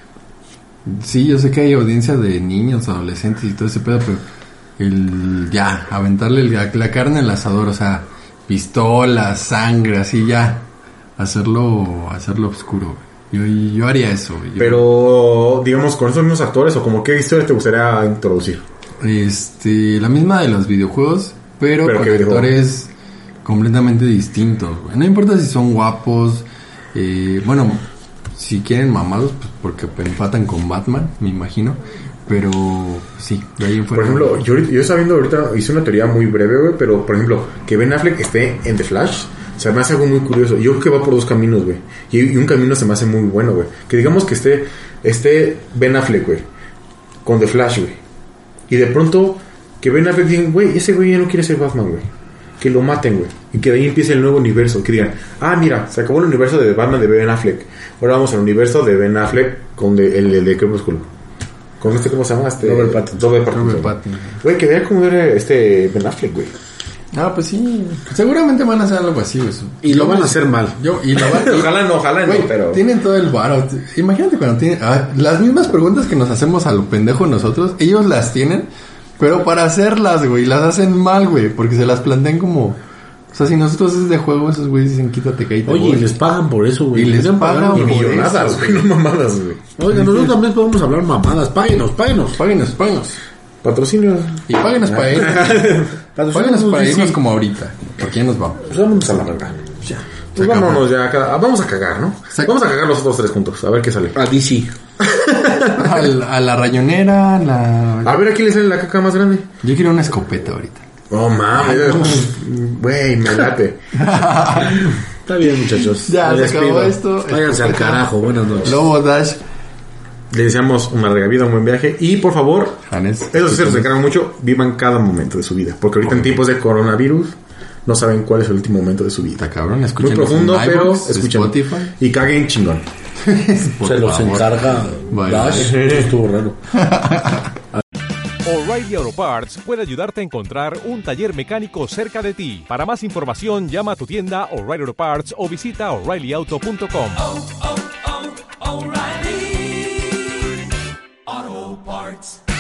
sí, yo sé que hay audiencia de niños, adolescentes y todo ese pedo, pero el, ya, aventarle el- la, la carne al asador, o sea, pistolas, sangre, así ya, hacerlo, hacerlo oscuro, güey. Yo, yo haría eso, güey. Yo- Pero, digamos, con esos mismos actores o como qué historia te gustaría introducir. Este, la misma de los videojuegos, pero, Pero con ¿qué videojuego? actores completamente distintos, güey. No importa si son guapos, eh, bueno, si quieren mamados, pues porque empatan con Batman, me imagino. Pero sí, de ahí en Por fuera. ejemplo, yo, ahorita- yo estaba viendo ahorita, hice una teoría muy breve, güey, pero por ejemplo, que Ben Affleck esté en The Flash, o sea, me hace algo muy curioso. Yo creo que va por dos caminos, güey. Y, y un camino se me hace muy bueno, güey. Que digamos que esté, esté Ben Affleck, güey, con The Flash, güey. Y de pronto, que Ben Affleck diga, güey, ese güey ya no quiere ser Batman, güey. Que lo maten, güey. Y que de ahí empiece el nuevo universo. Que digan, ah, mira, se acabó el universo de Batman de Ben Affleck. Ahora vamos al universo de Ben Affleck con de- el, el de Crepúsculo. Con este, ¿cómo se llama? Este, Robert Pattinson. Robert Pattinson. Robert Pattinson. Güey, que vea cómo era este Ben Affleck, güey. Ah, pues sí, seguramente van a hacer algo así, güey. Y lo van a hacer mal. Yo, y lo van, Ojalá no, ojalá no, güey, pero... tienen todo el varo. Imagínate cuando tienen ah, las mismas preguntas que nos hacemos a lo pendejo nosotros, ellos las tienen, pero para hacerlas, güey, las hacen mal, güey, porque se las plantean como, o sea, si nosotros es de juego, esos güeyes dicen quítate que ahí te Oye, voy. y les pagan por eso, güey. Y les Deberían pagan pagar, Y por güey. millonadas, eso, güey, no mamadas, güey. Oiga, nosotros también podemos hablar mamadas. Páguenos, páguenos. Páguenos, páguenos. Patrocinio. Y páguenos para irnos. Páguenos para irnos como ahorita, porque ya nos vamos. Pues vámonos a la verdad. Ya. Pues vámonos ya, acá. Vamos a cagar, ¿no? Sac- Vamos a cagar los otros tres juntos, a ver qué sale. A D C. A la, a la rayonera, la... A ver a quién le sale la caca más grande. Yo quiero una escopeta ahorita. Oh, mames. Güey, me late. Está bien, muchachos. Ya, Me se acabó despido. esto. Váyanse al carajo. Buenas noches. Lobo Dash. Les deseamos una larga vida, un buen viaje. Y por favor, Janes. eso sí se los encargo mucho, vivan cada momento de su vida. Porque ahorita en tiempos de coronavirus no saben cuál es el último momento de su vida. Está cabrón, Muy escuchen. profundo, pero escuchen. escuchen. Spotify. Y caguen chingón. Se los encarga Bye, Dash. bye. Estuvo raro. O'Reilly Auto Parts puede ayudarte a encontrar un taller mecánico cerca de ti. Para más información, llama a tu tienda O'Reilly Auto Parts o visita O'Reilly Auto punto com. oh, oh, O'Reilly Auto Parts.